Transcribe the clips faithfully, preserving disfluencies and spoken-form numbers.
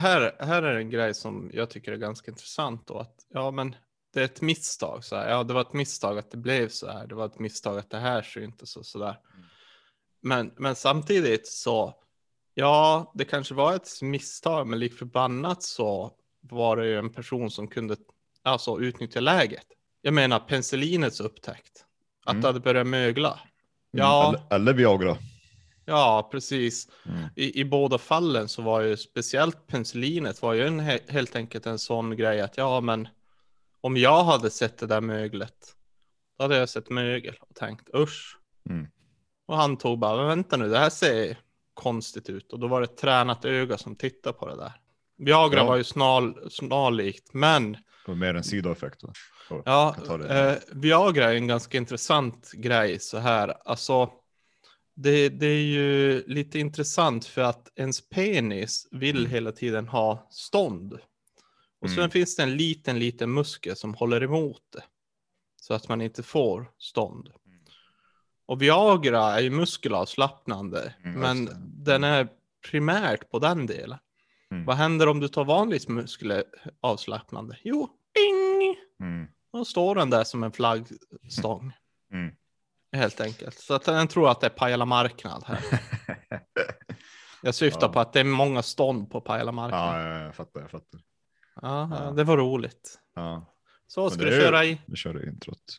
Här, här är en grej som jag tycker är ganska intressant då. Att, ja, men det är ett misstag. Så här. Ja, det var ett misstag att det blev så här. Det var ett misstag att det här syntes och så där. Mm. Men, men samtidigt så, ja, det kanske var ett misstag, men lik förbannat så var det ju en person som kunde alltså utnyttja läget. Jag menar penicillinets upptäckt. Att Mm. det hade börjat mögla. Mm. Ja, Eller, eller Viagra. ja, precis. Mm. I, I båda fallen så var ju speciellt penicillinet var ju en, he- helt enkelt en sån grej att ja, men om jag hade sett det där möglet, då hade jag sett mögel och tänkt usch. Mm. Och han tog bara, men vänta nu, det här ser konstigt ut. Och då var det ett tränat öga som tittade på det där. Viagra Ja. var ju snar, snarlikt, men Det var mer en sidoeffekt. Va? Så, ja, jag tar det. eh, Viagra är en ganska intressant grej så här. Alltså, det, det är ju lite intressant för att ens penis vill Mm. hela tiden ha stånd. Och Mm. sen finns det en liten, liten muskel som håller emot det. Så att man inte får stånd. Och Viagra är ju muskelavslappnande. Mm, men just det. den är primärt på den delen. Mm. Vad händer om du tar vanligt muskelavslappnande? Jo, ding! Mm. Då står den där som en flaggstång. Mm. Helt enkelt. Så att den tror att det är Pajala marknad här. Jag syftar Ja. på att det är många stånd på Pajala marknad. Ja, jag fattar, jag fattar. Ja, Ja. det var roligt. Ja. Så Men ska det du är- köra i. Vi kör i introt.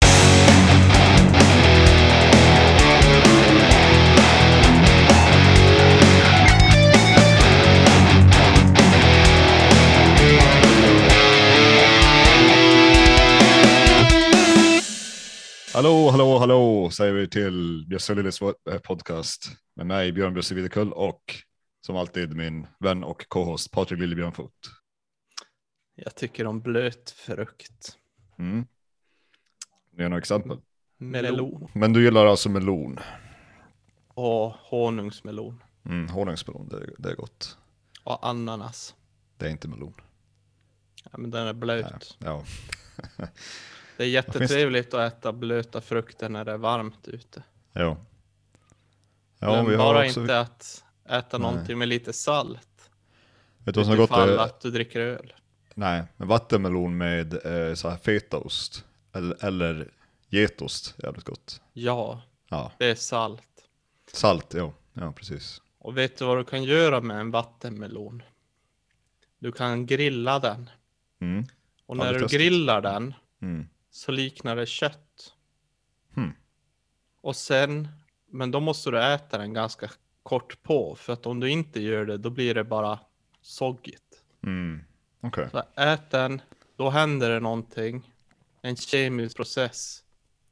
Hallå, hallå, hallå, säger vi till Bjösse Lilles podcast med mig, Björn Bjösse Videkull, och som alltid min vän och co-host Patrik Lillebjörnfot. Jag tycker om blöt frukt. Mm. Det är några exempel. Melon. Men du gillar alltså melon. Och honungsmelon. Mm, honungsmelon, det, är- det är gott. Och ananas. Det är inte melon. Ja, men den är blöt. Ja. Det är jättetrevligt att äta blöta frukter när det är varmt ute. Ja. Ja, Men vi bara har också... inte att äta Nej. någonting med lite salt. Vet du vad som är gott? Utifall Eh, att du dricker öl. Nej, men vattenmelon med eh, så här fetaost. Eller, eller getost, jävligt gott. Ja, Ja, det är salt. salt, ja. Ja, precis. Och vet du vad du kan göra med en vattenmelon? Du kan grilla den. Mm. Och Aldrig när du testat. grillar den Mm. så liknar det kött. Hmm. Och sen, men då måste du äta den ganska kort på. För att om du inte gör det, då blir det bara soggigt. Mm. Okej. Så ät den, då händer det någonting. En kemisk process.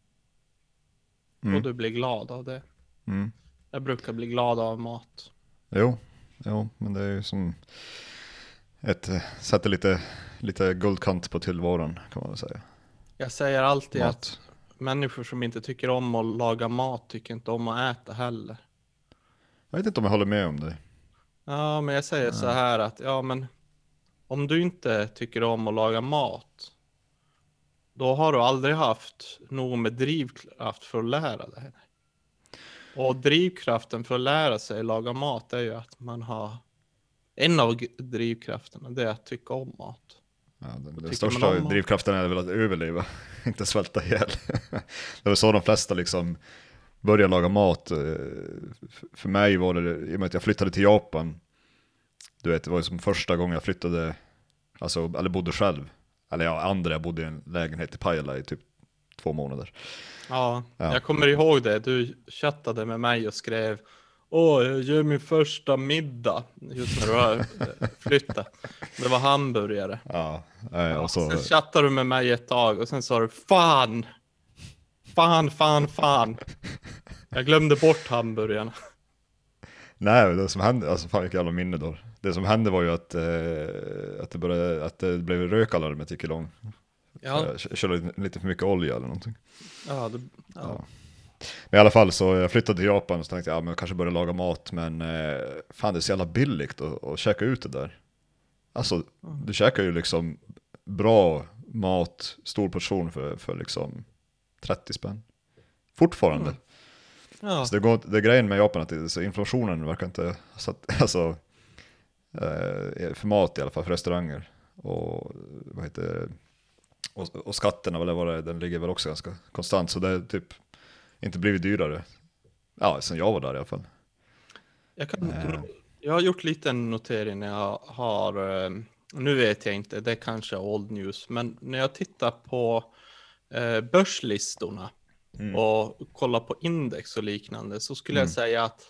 Mm. Och du blir glad av det. Mm. Jag brukar bli glad av mat. Jo, jo, men det är ju som ett, eh, sätter lite, lite guldkant på tillvaron, kan man väl säga. Jag säger alltid Mat. att människor som inte tycker om att laga mat tycker inte om att äta heller. Jag vet inte om jag håller med om det. Ja, men jag säger så här att ja, men om du inte tycker om att laga mat, då har du aldrig haft nog med drivkraft för att lära dig. Och drivkraften för att lära sig laga mat är ju att man har en av g- drivkrafterna, det är att tycka om mat. Ja, den, den tycker största man om mat? drivkraften är väl att överleva, inte svälta ihjäl. Det var så de flesta liksom började laga mat. Eh, f- För mig var det, i och med att jag flyttade till Japan, du vet, det var ju som första gången jag flyttade, alltså, eller bodde själv. Eller ja, andra, jag bodde i en lägenhet i Pajala i typ två månader. Ja, Ja. jag kommer ihåg det. Du chattade med mig och skrev åh, jag gör min första middag just när du har eh, flyttat. Det var hamburgare. Ja, eh, och så, Sen chattade du med mig ett tag och sen sa du fan, fan, fan, fan. Jag glömde bort hamburgarna. nej, det som hände, alltså fan vilket jävla minne då. Det som hände var ju att, eh, att, det, började, att det blev rökalarmet gick igång. Ja, Jag körde lite- lite för mycket olja eller någonting. ja, det, ja. Men i alla fall så jag flyttade till Japan och så tänkte jag, ja, men jag kanske börjar laga mat, men eh, fan det är så jävla billigt att, att käka ut det där. Alltså, du käkar ju liksom bra mat, stor portion för, för liksom trettio spänn. Fortfarande. Mm. Ja. Så det, går, det är grejen med Japan att det, så inflationen verkar inte, så att, alltså, Eh, för mat i alla fall, för restauranger. Och vad heter det? Och, och skatterna, eller vad det är, den ligger väl också ganska konstant. Så det är typ inte blivit dyrare. Ja, sen jag var där i alla fall. Jag, kan, Eh, jag har gjort lite en notering när jag har, eh, nu vet jag inte, det är kanske old news, men när jag tittar på eh, börslistorna mm, och kollar på index och liknande, så skulle jag mm, säga att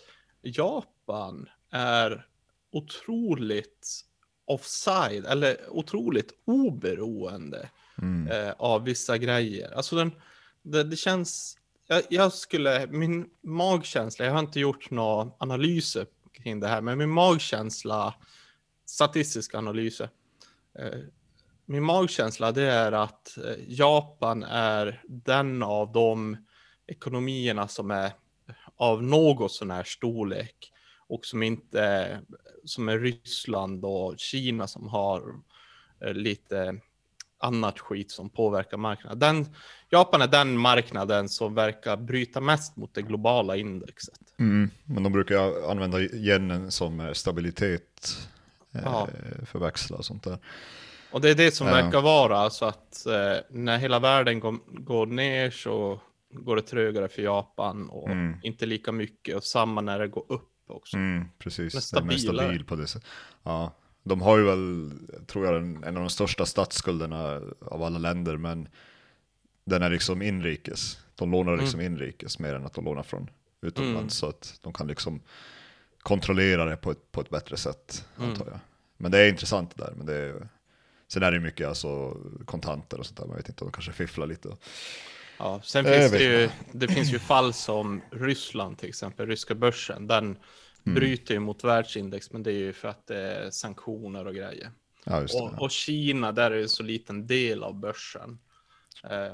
Japan är otroligt offside, eller otroligt oberoende mm, eh, av vissa grejer. Alltså den, det, det känns, jag, jag skulle, min magkänsla, jag har inte gjort några analyser kring det här, men min magkänsla, statistiska analyser, eh, min magkänsla det är att eh, Japan är den av de ekonomierna som är av något sån här storlek och som inte, som är Ryssland och Kina som har eh, lite annat skit som påverkar marknaden. Den, Japan är den marknaden som verkar bryta mest mot det globala indexet. mm. Men de brukar ju använda yenen som eh, stabilitet Ja, eh, för växlar och sånt där. och det är det som Ja. verkar vara så att eh, när hela världen går, går ner så går det trögare för Japan och Mm. inte lika mycket, och samma när det går upp också. Mm, Den är precis, den är mer stabilare. stabil på det sättet. Ja, de har ju väl, tror jag, en, en av de största statsskulderna av alla länder, men den är liksom inrikes. De lånar liksom Mm. inrikes mer än att de lånar från utomlands, Mm. så att de kan liksom kontrollera det på ett, på ett bättre sätt, Mm. antar jag. Men det är intressant det där, men det är, sen är det ju mycket alltså kontanter och sånt där, man vet inte om de kanske fifflar lite. Ja, sen Jag finns vet det ju, det finns ju fall som Ryssland till exempel, ryska börsen, den Mm. bryter ju mot världsindex, men det är ju för att det är sanktioner och grejer. Ja, just det. Och, och Kina, där är det en så liten del av börsen. Eh,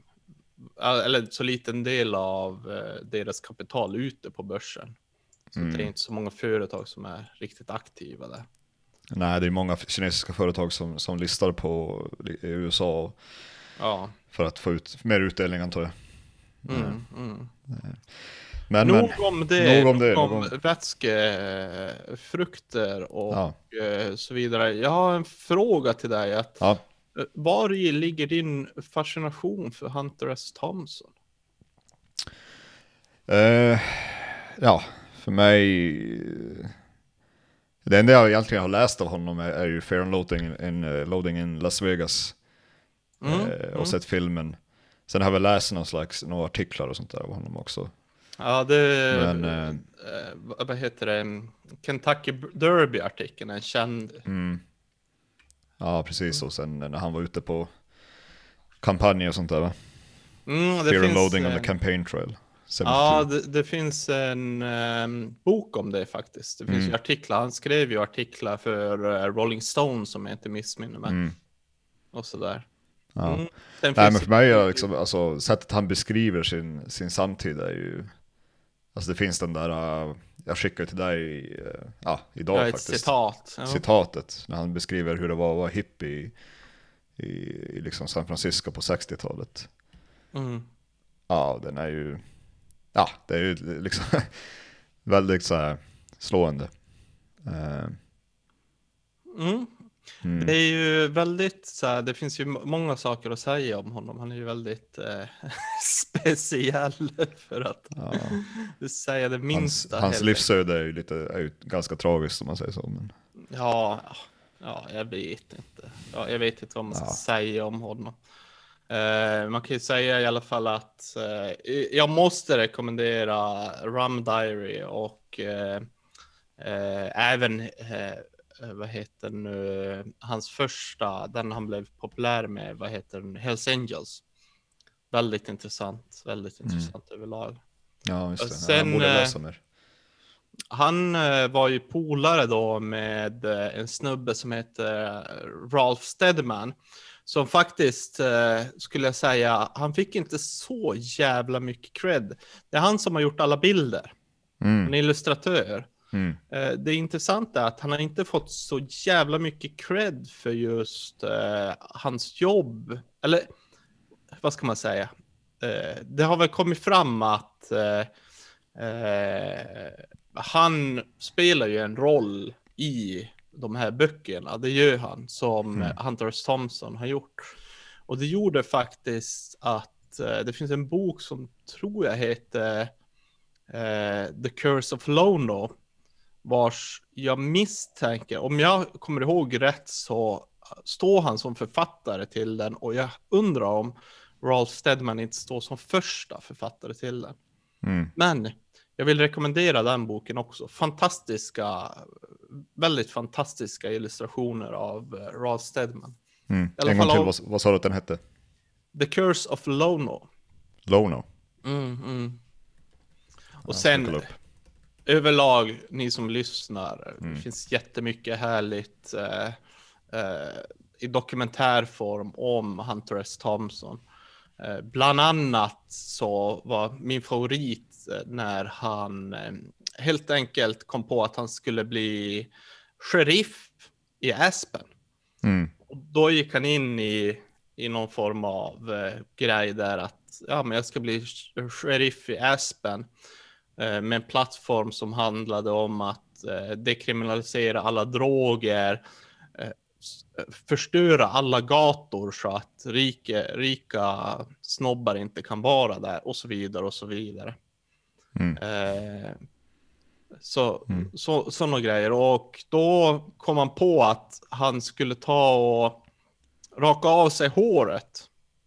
eller så liten del av eh, deras kapital ute på börsen. Så Mm. det är inte så många företag som är riktigt aktiva där. Nej, det är många kinesiska företag som, som listar på i U S A Ja. för att få ut mer utdelning, antar jag. Mm, mm. Men, Nog men, om det, nog om det, nog om nog om- vätskefrukter och Ja. eh, så vidare. Jag har en fråga till dig. Att, Ja. eh, var i ligger din fascination för Hunter S. Thompson? Eh, ja, för mig... Det enda jag egentligen har läst av honom är, är ju Fear and Loathing in, in, uh, Loading in Las Vegas. Mm, eh, och mm. sett filmen. Sen har jag väl läst någon slags, några artiklar och sånt där av honom också. Ja, det Men, eh, eh, vad vad heter det? Kentucky Derby-artikeln, en känd. mm, ja, precis. Och sen när han var ute på kampanjer och sånt där, va? Mm, det Fear and finns Loading on en- the Campaign Trail. Ja, sjuttiotvå. det, det finns en um, bok om det faktiskt. Det finns Mm. ju artiklar. Han skrev ju artiklar för uh, Rolling Stone, som jag inte missminner mig. Mm. Och sådär. Ja. Mm. Sen Nej, finns men för det- mig är liksom, alltså, sättet han beskriver sin, sin samtid är ju... Alltså det finns den där, uh, jag skickar till dig uh, ja, idag ja, ett faktiskt. citat. Ja. Citatet, när han beskriver hur det var att vara hippie i, i, i liksom San Francisco på sextiotalet. Mm. Ja, den är ju... Ja, det är ju liksom väldigt så här slående. Uh, Mm. mm. Det är ju väldigt så här, det finns ju m- många saker att säga om honom. Han är ju väldigt eh, speciell, för att Ja. säga det Hans, minsta. hans helt livsöde är ju lite, är ju ganska tragiskt om man säger så. Men... Ja, ja, jag vet inte. Ja, jag vet inte vad man ska Ja. säga om honom. Eh, man kan ju säga i alla fall att eh, jag måste rekommendera Rum Diary och eh, eh, även eh, vad heter nu hans första, den han blev populär med, vad heter den? Hells Angels. Väldigt intressant, väldigt intressant överlag. Ja, just det. Sen, ja, han borde eh, läsa mer. Han eh, var ju polare då med eh, en snubbe som heter eh, Ralph Steadman, som faktiskt eh, skulle jag säga, han fick inte så jävla mycket cred. Det är han som har gjort alla bilder, en Mm. illustratör. Mm. Eh, det intressanta är att han har inte fått så jävla mycket cred för just eh, hans jobb, eller vad ska man säga? Eh, det har väl kommit fram att eh, eh, han spelar ju en roll i de här böckerna. Det gör han som Mm. Hunter S. Thompson har gjort. Och det gjorde faktiskt att eh, det finns en bok som tror jag heter eh, The Curse of Lono, vars jag misstänker, om jag kommer ihåg rätt, så står han som författare till den, och jag undrar om Ralph Steadman inte står som första författare till den. Mm. Men jag vill rekommendera den boken också. Fantastiska, väldigt fantastiska illustrationer av uh, Ralph Steadman. Mm. I alla En gång fall till, av- vad, vad sa du att den hette? The Curse of Lono. Lono. Mm, mm. Och Ja, sen ska jag kolla upp. överlag, ni som lyssnar, Mm. det finns jättemycket härligt eh, eh, i dokumentärform om Hunter S. Thompson. Eh, bland annat så var min favorit eh, när han eh, helt enkelt kom på att han skulle bli sheriff i Aspen. Mm. Och då gick han in i, i någon form av eh, grej där att ja, men jag ska bli sh- sheriff i Aspen. Eh, med en plattform som handlade om att eh, dekriminalisera alla droger, eh, s- eh, förstöra alla gator så att rika, rika snobbar inte kan vara där och så vidare och så vidare. Mm. Eh, så, Mm. så, sådana grejer. Och då kom han på att han skulle ta och raka av sig håret.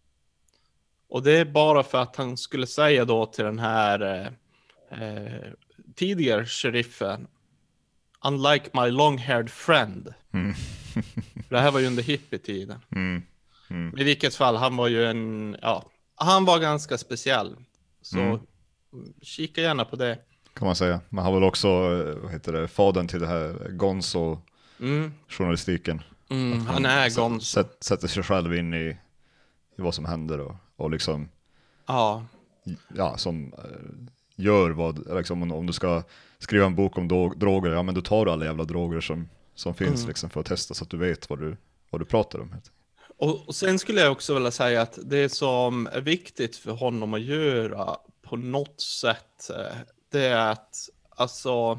Och det är bara för att han skulle säga då till den här eh, eh, tidigare sheriffen, unlike my long-haired friend. Mm. Det här var ju under hippietiden. Mm. Mm. I vilket fall, han var ju en, ja, han var ganska speciell. Så Mm. kika gärna på det. Kan man säga. Man har väl också, eh, vad heter det, fadern till det här Gonzo-journalistiken. Mm. Mm, Att han är s- Gonzo. sätt- Sätter sig själv in i, i vad som händer och, och liksom, Ja. ja, som eh, gör vad, liksom, om, om du ska skriva en bok om do- droger, ja men då tar du alla jävla droger som, som finns Mm. liksom, för att testa så att du vet vad du, vad du pratar om. helt enkelt. Och, och sen skulle jag också vilja säga att det som är viktigt för honom att göra på något sätt, eh, det är att alltså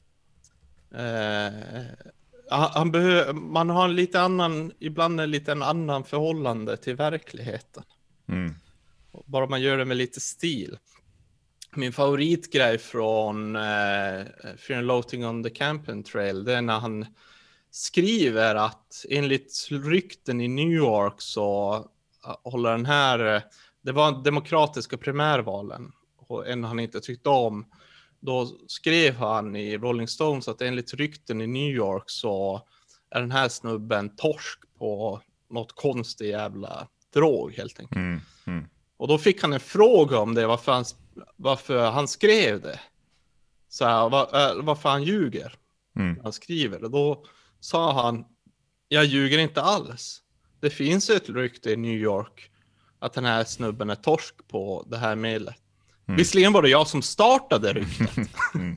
eh, han, han behöver, man har en lite annan, ibland en lite en annan förhållande till verkligheten. Mm. Bara man gör det med lite stil. Min favoritgrej från eh, Fear and Loathing on the Camping Trail, det är när han skriver att enligt rykten i New York så uh, håller den här, uh, det var demokratiska primärvalen och en han inte tyckte om. Då skrev han i Rolling Stones att enligt rykten i New York så är den här snubben torsk på något konstigt jävla drog helt enkelt. Mm. Mm. Och då fick han en fråga om det, varför han, varför han skrev det. Så här, var, äh, varför han ljuger Mm. när han skriver. Och då sa han, jag ljuger inte alls. Det finns ett rykte i New York att den här snubben är torsk på det här medlet. Mm. Visserligen var det jag som startade ryktet. Mm.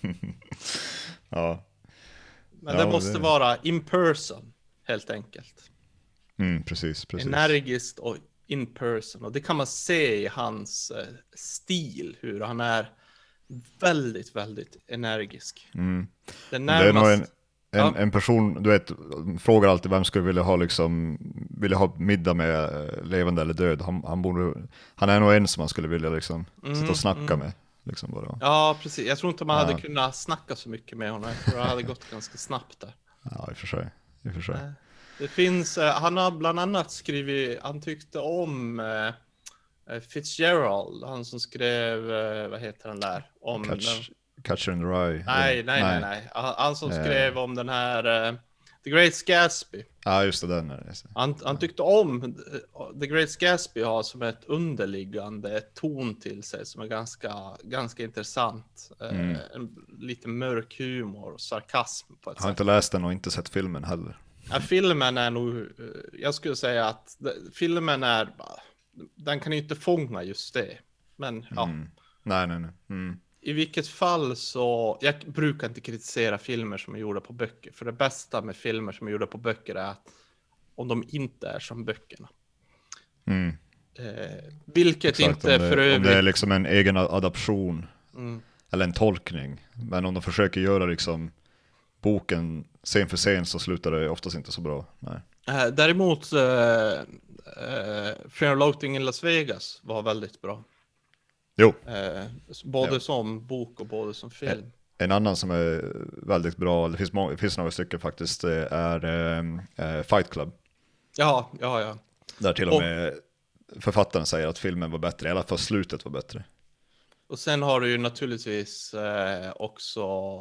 Ja. Men Ja, det måste det- vara in person, helt enkelt. Mm, precis, precis. Energiskt och in person. Och det kan man se i hans eh, stil, hur han är väldigt, väldigt energisk. Mm. Det Det är nog närmast... en, en, Ja. en person, du vet, frågar alltid vem skulle vilja ha liksom, vilja ha middag med, eh, levande eller död. Han, han, borde, han är nog en som man skulle vilja liksom Mm, sitta och snacka mm. med. Liksom bara. Ja, precis. Jag tror inte man Ja. hade kunnat snacka så mycket med honom. Jag tror det hade gått ganska snabbt där. Ja, i och för sig. I och för sig. Eh, Det finns, eh, han har bland annat skrivit, han tyckte om eh, Fitzgerald, han som skrev, eh, vad heter den där? Om Catch, den, Catcher in the Rye. nej, nej, nej, nej. Han, han som Eh. skrev om den här eh, The Great Gatsby. Ja, just det, den är det. Han, han tyckte om eh, The Great Gatsby har som ett underliggande ton till sig som är ganska, ganska intressant. Eh, Mm. En lite mörk humor och sarkasm på ett Jag har sätt. inte läst den och inte sett filmen heller. Ja, filmen är nog, eh, jag skulle säga att det, filmen är, den kan inte fånga just det. Men ja, Mm. Nej, nej, nej. Mm. i vilket fall så, jag brukar inte kritisera filmer som är gjorda på böcker. För det bästa med filmer som är gjorda på böcker är att om de inte är som böckerna. Mm. Eh, vilket Exakt, inte om det, för övrigt... om det är liksom en egen adaption Mm, eller en tolkning. Men om de försöker göra liksom boken scen för scen så slutar det oftast inte så bra. Nej. Eh, däremot eh, eh, Fear and Loathing in Las Vegas var väldigt bra. Jo, Eh, både Ja. som bok och både som film. en annan som är väldigt bra, det finns, må- det finns några stycken faktiskt, det är eh, Fight Club. Ja, ja, ja. Där till och Och- med författaren säger att filmen var bättre, i alla fall slutet var bättre. Och sen har du ju naturligtvis eh, också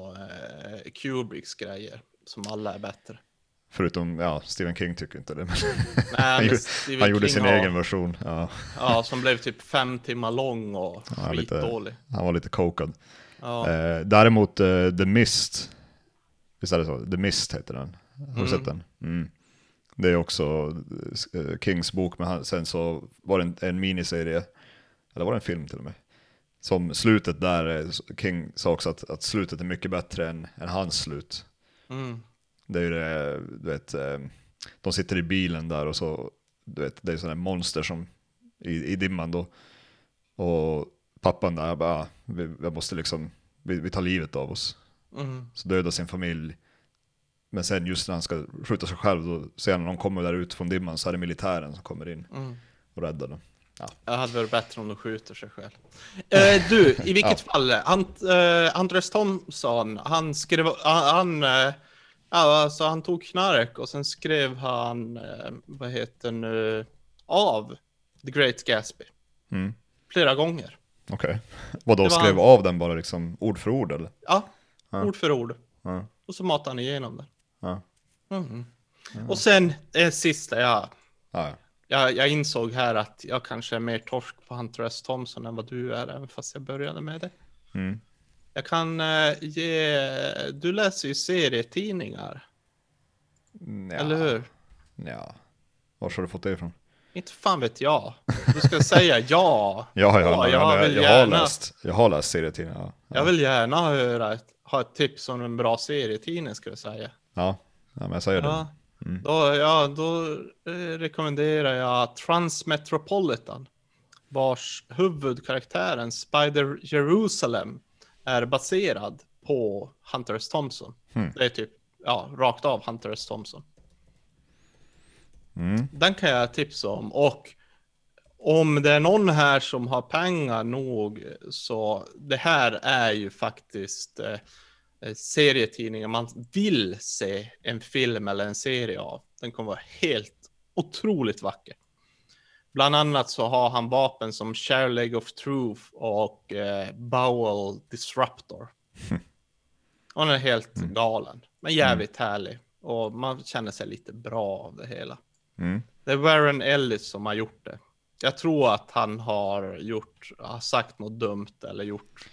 eh, Kubricks grejer som alla är bättre. Förutom, ja, Stephen King tycker inte det. Men Nej, han men gjorde, Stephen han gjorde King sin har, egen version. Ja, Ja, som blev typ fem timmar lång och Ja, lite- skitdålig. han var lite kokad. Ja. Eh, däremot eh, The Mist, visst är det så? The Mist heter den. Har du Mm. sett den? Mm. Det är också eh, Kings bok, men han, sen så var det en, en miniserie, eller var det en film till och med? Som slutet där, eh, King sa också att, att slutet är mycket bättre än, än hans slut. Mm. Det är ju det, du vet, eh, de sitter i bilen där och så, du vet, det är sådana monster som i, i dimman då. Och pappan där bara, ah, vi, vi måste liksom, vi, vi tar livet av oss. Mm. Så dödar sin familj. Men sen just när han ska skjuta sig själv, då ser han när de kommer där ut från dimman så är det militären som kommer in Mm. och räddar dem. Det hade varit bättre om de skjuter sig själv. Eh, du, i vilket fall, Ant, eh, Andres Thompson, han skrev, han, han, eh, ja, alltså han tog knark och sen skrev han, eh, vad heter nu, av The Great Gatsby. Mm. Flera gånger. Okej. Vad då Det var skrev han. av den bara liksom ord för ord eller? Ja, Ja. ord för ord. Ja. Och så matade han igenom det. Ja. Mhm. Och sen, det sista, ja. Ja, ja. Jag, jag insåg här att jag kanske är mer torsk på Hunter S. Thompson än vad du är, även fast jag började med det. Mm. Jag kan eh, ge... Du läser ju serietidningar, Nja. eller hur? Ja. Var har du fått det ifrån? Inte fan vet jag. Du ska säga ja. Ja, ja, Ja, men jag jag, vill jag, gärna- har läst, jag har läst serietidningar. Ja. Jag vill gärna höra ett, ha ett tips om en bra serietidning, ska jag säga. Ja. Ja, men jag säger Ja, det. Mm. då, ja, då eh, rekommenderar jag Transmetropolitan, vars huvudkaraktären Spider Jerusalem är baserad på Hunter S. Thompson. Mm. Det är typ, ja, rakt av Hunter S. Thompson. Mm. Den kan jag tipsa om. Och om det är någon här som har pengar nog, så det här är ju faktiskt eh, serietidningar man vill se en film eller en serie av. Den kommer vara helt otroligt vacker. Bland annat så har han vapen som Shareleg of Truth och eh, Bowel Disruptor. Och den är helt galen, men jävligt härlig. Och man känner sig lite bra av det hela. Mm. Det är Warren Ellis som har gjort det. Jag tror att han har gjort, har sagt något dumt eller gjort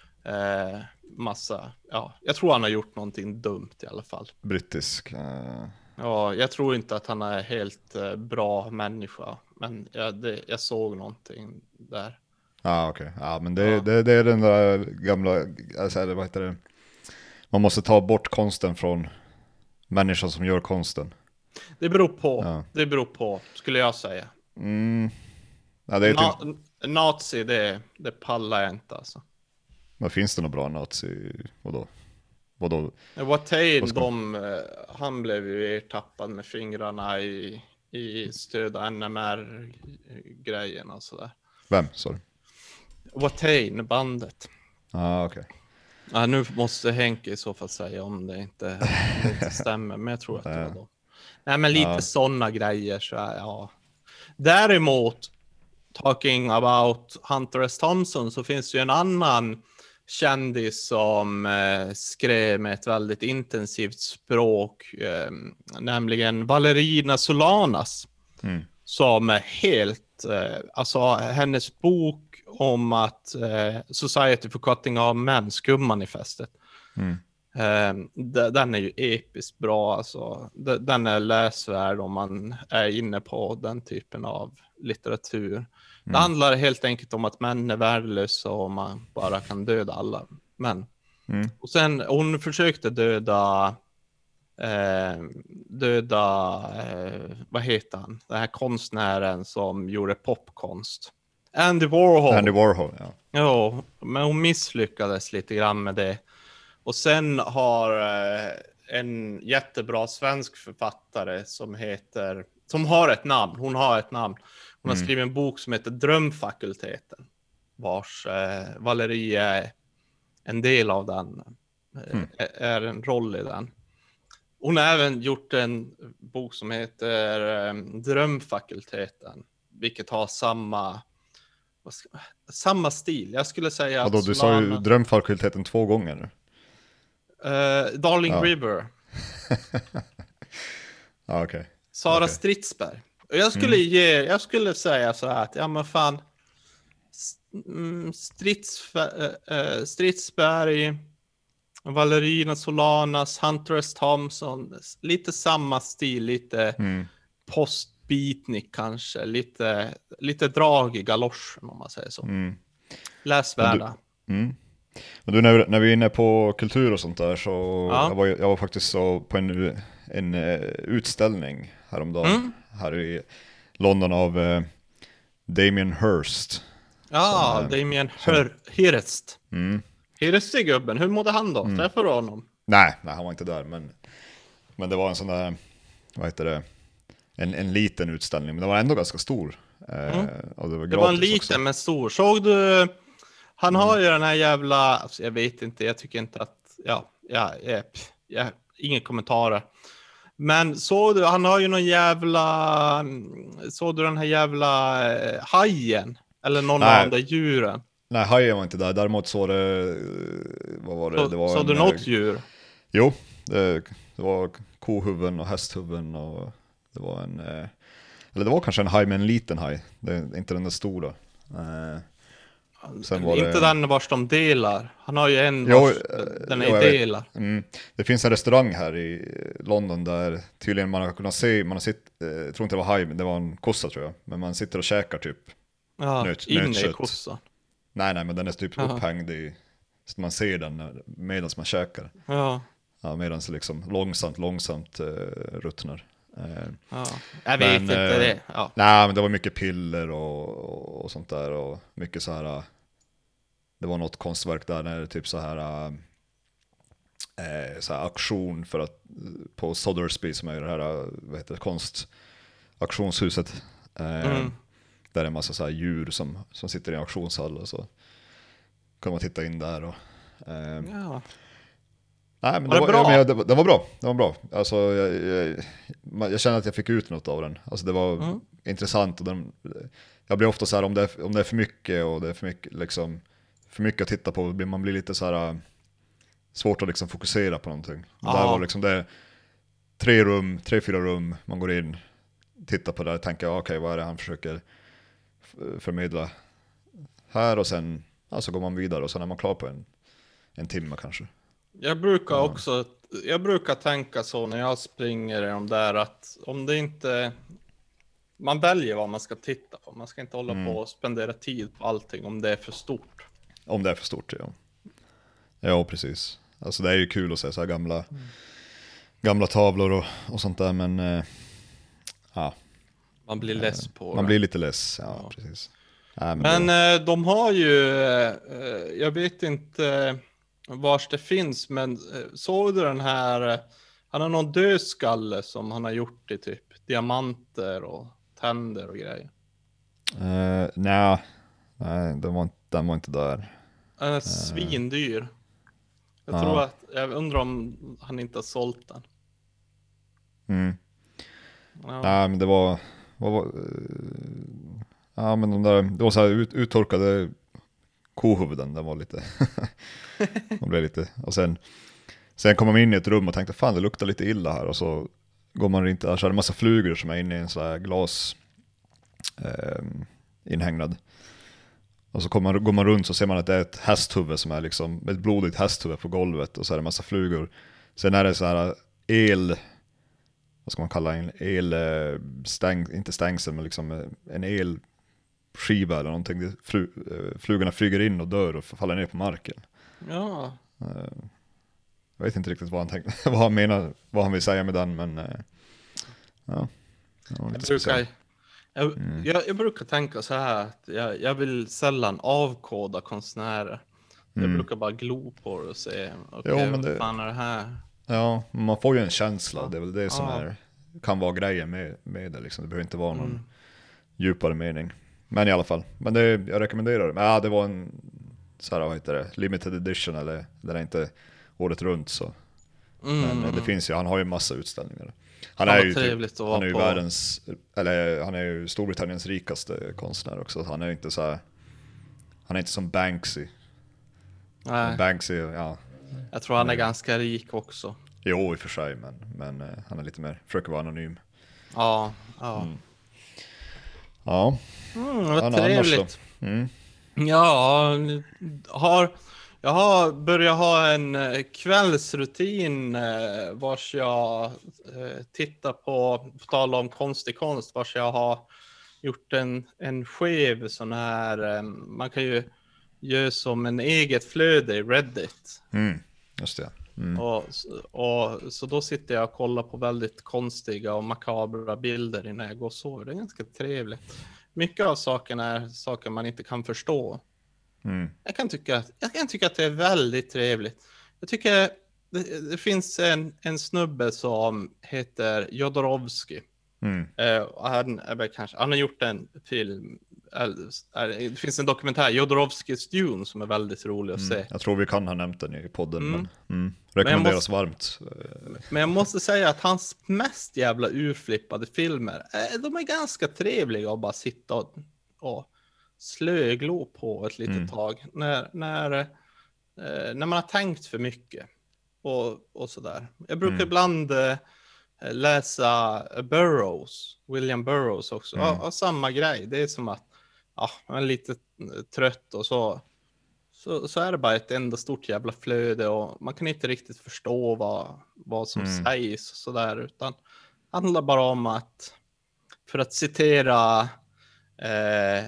eh, massa, ja, jag tror han har gjort någonting dumt i alla fall. Brittisk. Uh... Ja, jag tror inte att han är helt eh, bra människa, men jag, det, jag såg någonting där. Ja, okej. Okay. Ja, men det, Ja. Det, det är den där gamla, alltså, eller vad heter det? Man måste ta bort konsten från människan som gör konsten. Det beror på, Ja. det beror på, skulle jag säga. Mm. Ja, det är Na- typ, nazi, det, det pallar jag inte alltså. men finns det något bra nazi? Vadå? Vadå? Watain, Vad ska- de, eh, han blev ju ertappad med fingrarna i, i stöda N M R-grejen och sådär. Vem, sa du? Watain, bandet. Ja, okej. Ja, nu måste Henke i så fall säga om det inte, om det inte stämmer, men jag tror att det var då. Nej, men lite Ja. sådana grejer så är, ja. Däremot, talking about Hunter S. Thompson, så finns det ju en annan kändis som eh, skrev med ett väldigt intensivt språk, eh, nämligen Valerina Solanas, Mm. som är helt, eh, alltså hennes bok om att eh, Society for Cutting of Men, skummanifestet, Mm. eh, d- den är ju episkt bra, alltså. D- den är läsvärd om man är inne på den typen av litteratur. Det handlar helt enkelt om att män är värdelösa och man bara kan döda alla män. Mm. Och sen, hon försökte döda eh, döda, eh, vad heter han? Den här konstnären som gjorde popkonst. Andy Warhol. Andy Warhol, ja. Ja, men hon misslyckades lite grann med det. Och sen har eh, en jättebra svensk författare som heter, som har ett namn, hon har ett namn. Hon har Mm. skrivit en bok som heter Drömfakulteten, vars eh, Valerie är en del av den, eh, Mm. är en roll i den. Hon har även gjort en bok som heter eh, Drömfakulteten, vilket har samma vad ska, samma stil. Jag skulle säga Vadå, att du sa ju Solana, Drömfakulteten två gånger nu. eh, Darling Ja. River, Ja, okej. Sara Okej. Stridsberg. Och jag skulle Mm. ge, jag skulle säga så här att, ja men fan, S- mm, Strids, äh, äh, Stridsberg, Valerina Solanas, Hunter S. Thompson, s- lite samma stil, lite Mm. postbeatnik kanske, lite, lite drag i galoschen om man säger så. Mm. Läsvärda. Mm. Men du, när vi, när vi är inne på kultur och sånt där så Ja. jag, var, jag var faktiskt så på en, en uh, utställning häromdagen Mm. här i London av uh, Damien Hirst. Ja, Som, eh, Damien som- Hör- Hirst. Mm. Hirst är gubben, hur mådde han då? Mm. Träffade du honom? Nej, nej, han var inte där, men, men det var en sån där, vad heter det, en, en liten utställning, men det var ändå ganska stor. Eh, Mm. och det var, Det var en gratis liten också. men stor. Såg du? Han Mm. har ju den här jävla, alltså jag vet inte, jag tycker inte att, ja, ja, ja, ja inga kommentarer. Men såg du, han har ju någon jävla, såg du den här jävla eh, hajen? Eller någon Nej. av de där djuren? Nej, hajen var inte där, däremot så var det, eh, vad var det? Så, det var såg en, du eh, något djur? Jo, det, det var kohuvuden och hästhuvuden och det var en, eh, eller det var kanske en haj med en liten haj, det är inte den där stora. Eh, sen var Inte det- den vars de delar. Han har ju en Jo, vars, eh, den jo, är jag i vet. delar. Mm. Det finns en restaurang här i London där tydligen man har kunnat se, man har sitt, eh, jag tror inte det var haj, men det var en kossa tror jag, men man sitter och käkar typ. Ja, nöt- inne i nötkött. kossan. Nej, nej, men den är typ Jaha. upphängd i, så man ser den när- medan man käkar. Ja, Ja, medan det liksom långsamt, långsamt eh, ruttnar. Eh, ja. Jag vet Men, inte eh, det. Ja. nej, men det var mycket piller och, och, och sånt där och mycket så här. eh, Det var något konstverk där när det typ så här, eh, så här aktion för att på Sothersby som är det här, eh, vad heter det, konstauktionshuset. Eh, Mm. Där är en massa så här djur som, som sitter i en auktionshall och så kan man titta in där och eh, Ja. nej, men Var det det var, bra? ja, men det, var- det var bra, det var bra. Alltså, jag, jag, man- jag känner att jag fick ut något av den. Alltså det var Mm. intressant och den, jag blir ofta så här om det, är, om det är för mycket och det är för mycket, liksom, för mycket att titta på, blir- man blir lite så här äh, svårt att liksom fokusera på någonting. Men där Ja. var liksom det tre rum, tre, fyra rum, man går in, tittar på det och tänker, okej, okay, vad är det han försöker f- förmedla här och sen, alltså går man vidare och sen är man klar på en, en timme kanske. Jag brukar Ja. också, jag brukar tänka så när jag springer i de där att om det inte, man väljer vad man ska titta på. Man ska inte hålla Mm. på och spendera tid på allting om det är för stort. Om det är för stort, ja. Ja, precis. Alltså det är ju kul att se så här gamla, gamla tavlor och, och sånt där, men eh, ja, Man blir less på man det. blir lite less. Ja, Ja. precis. Nej, men Men det, eh, de har ju, eh, jag vet inte vars det finns, men eh, såg du den här, eh, han har någon dödskalle som han har gjort i typ diamanter och tänder och grejer. eh, nej, nej den, var, inte- den var inte där. Den är svindyr. Jag Ja. tror att, jag undrar om han inte har sålt den. Mm. Ja. Nej, men det var, vad var eh, ja, men de där, det var så här ut, uttorkade kohuvuden, den var lite, man blev lite, och sen, sen kom man in i ett rum och tänkte, fan det luktar lite illa här, och så går man inte, så är det en massa flugor som är inne i en sån här glas eh, inhägnad. Och så kommer man, går man runt så ser man att det är ett hästhuvud som är liksom ett blodigt hästhuvud på golvet och så är det en massa flugor. Sen är det så här el, vad ska man kalla en el eh, stäng, inte stängsel men liksom eh, en elskiva eller någonting. Det flu, eh, flugorna flyger in och dör och faller ner på marken. Ja. Eh, Jag vet inte riktigt vad han tänkte, vad han menar, vad han vill säga med den, men eh, ja, det var Jag lite brukar, speciellt. jag, Mm. jag, jag brukar tänka så här att jag, jag vill sällan avkoda konstnärer. Jag Mm. brukar bara glo på det och se, okej, Jo, men vad det- fan är det här? Ja, man får ju en känsla, Ja. det är väl det som Ja. är, kan vara grejen med, med det liksom. Det behöver inte vara någon Mm. djupare mening. Men i alla fall, men det, jag rekommenderar det. Men ja, det var en så här, vad heter det, limited edition, eller den är inte året runt så. Mm. Men eh, det Mm. finns ju, han har ju massa utställningar. Han Fan är vad ju typ, trevligt att han vara är ju på. världens, eller han är ju Storbritanniens rikaste konstnär också. Han är inte så här, han är inte som Banksy. Men Nej, Banksy, ja, jag tror han är ganska rik också. jo i och för sig, men, men eh, han är lite mer, försöker vara anonym. Ja, ja. Mm. Ja, Mm, ja, vad annars då? trevligt. Mm. Ja, har, jag har börjat ha en eh, kvällsrutin eh, vars jag eh, tittar på, på tal om konstig konst, vars jag har gjort en, en skev sån här, eh, man kan ju göra som en eget flöde i Reddit. Mm. Just det. Mm. Och, och, så då sitter jag och kollar på väldigt konstiga och makabra bilder innan jag går och sover. Det är ganska trevligt. Mycket av sakerna är saker man inte kan förstå. Mm. Jag kan tycka, jag kan tycka att det är väldigt trevligt. Jag tycker det, det finns en, en snubbe som heter Jodorowsky. Mm. Eh, och han, är väl kanske, han har gjort en film, eller, det finns en dokumentär, Jodorowskys Dune, som är väldigt rolig att Mm. se. Jag tror vi kan ha nämnt den i podden, Mm. men mm. Men jag rekommenderas måste- varmt. Men jag måste säga att hans mest jävla urflippade filmer, eh, de är ganska trevliga att bara sitta och, och slöglo på ett litet Mm. tag. När, när, eh, när man har tänkt för mycket och, och sådär. Jag brukar Mm. ibland eh, läsa Burroughs, William Burroughs också. Mm. Ja, och samma grej. Det är som att ja, man är lite trött och så. Så, så är det bara ett enda stort jävla flöde och man kan inte riktigt förstå vad, vad som Mm. sägs och sådär, utan det handlar bara om att, för att citera eh,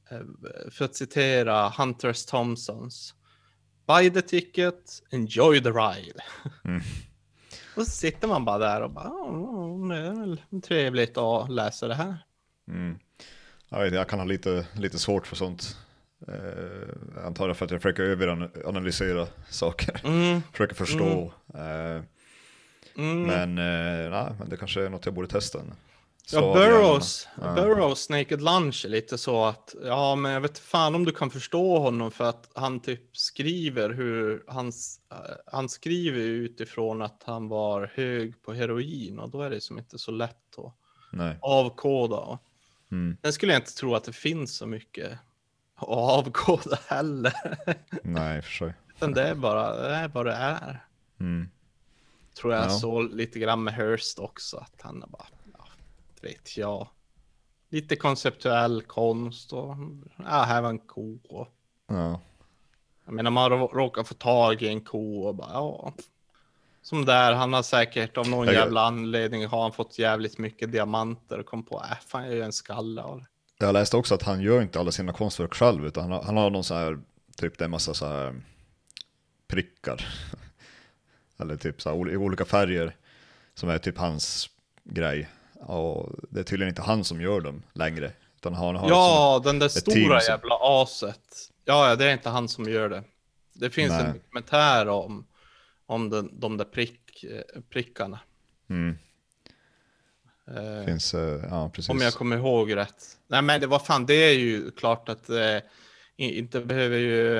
för att citera Hunter S. Thompsons, buy the ticket, enjoy the ride. Mm. Och så sitter man bara där och bara, oh, det är väl trevligt att läsa det här. Mm. Jag, vet, jag kan ha lite, lite svårt för sånt. Eh, jag antar det för att jag försöker överanalysera saker. Mm. Försöker förstå. Eh, Mm. men, eh, nej, men det kanske är något jag borde testa. Ja, Slå av Burroughs, hjärnan. Ja. Burroughs Naked Lunch är lite så att, ja men jag vet fan om du kan förstå honom, för att han typ skriver hur, hans, uh, han skriver utifrån att han var hög på heroin, och då är det som inte så lätt att Nej. avkoda. Mm. Sen skulle jag inte tro att det finns så mycket att avkoda heller. Nej, för sig. Utan det är bara, det är vad det är. Mm. Tror jag Ja. så lite grann med Hearst också, att han är bara, ja, vet jag. Lite konceptuell konst och ja, här var en ko. Och, Ja. jag menar, man rå- råkar få tag i en ko och bara, ja. Som där, han har säkert av någon Jag- jävla anledning har han fått jävligt mycket diamanter och kom på, äh fan jag gör en skalle av det. Jag läste också att han gör inte alla sina konstverk själv, utan han har, han har någon så här, typ det är en massa så här prickar. Eller typ så här, i olika färger som är typ hans grej. Och det är tydligen inte han som gör dem längre, utan han har Ja, den där team stora som- jävla aset. Ja, ja, det är inte han som gör det. Det finns Nej. en dokumentär om, om den, de där prick, eh, prickarna. Mm, Eh, finns, eh, ja precis. Om jag kommer ihåg rätt. Nej men det var fan, det är ju klart att eh, inte behöver ju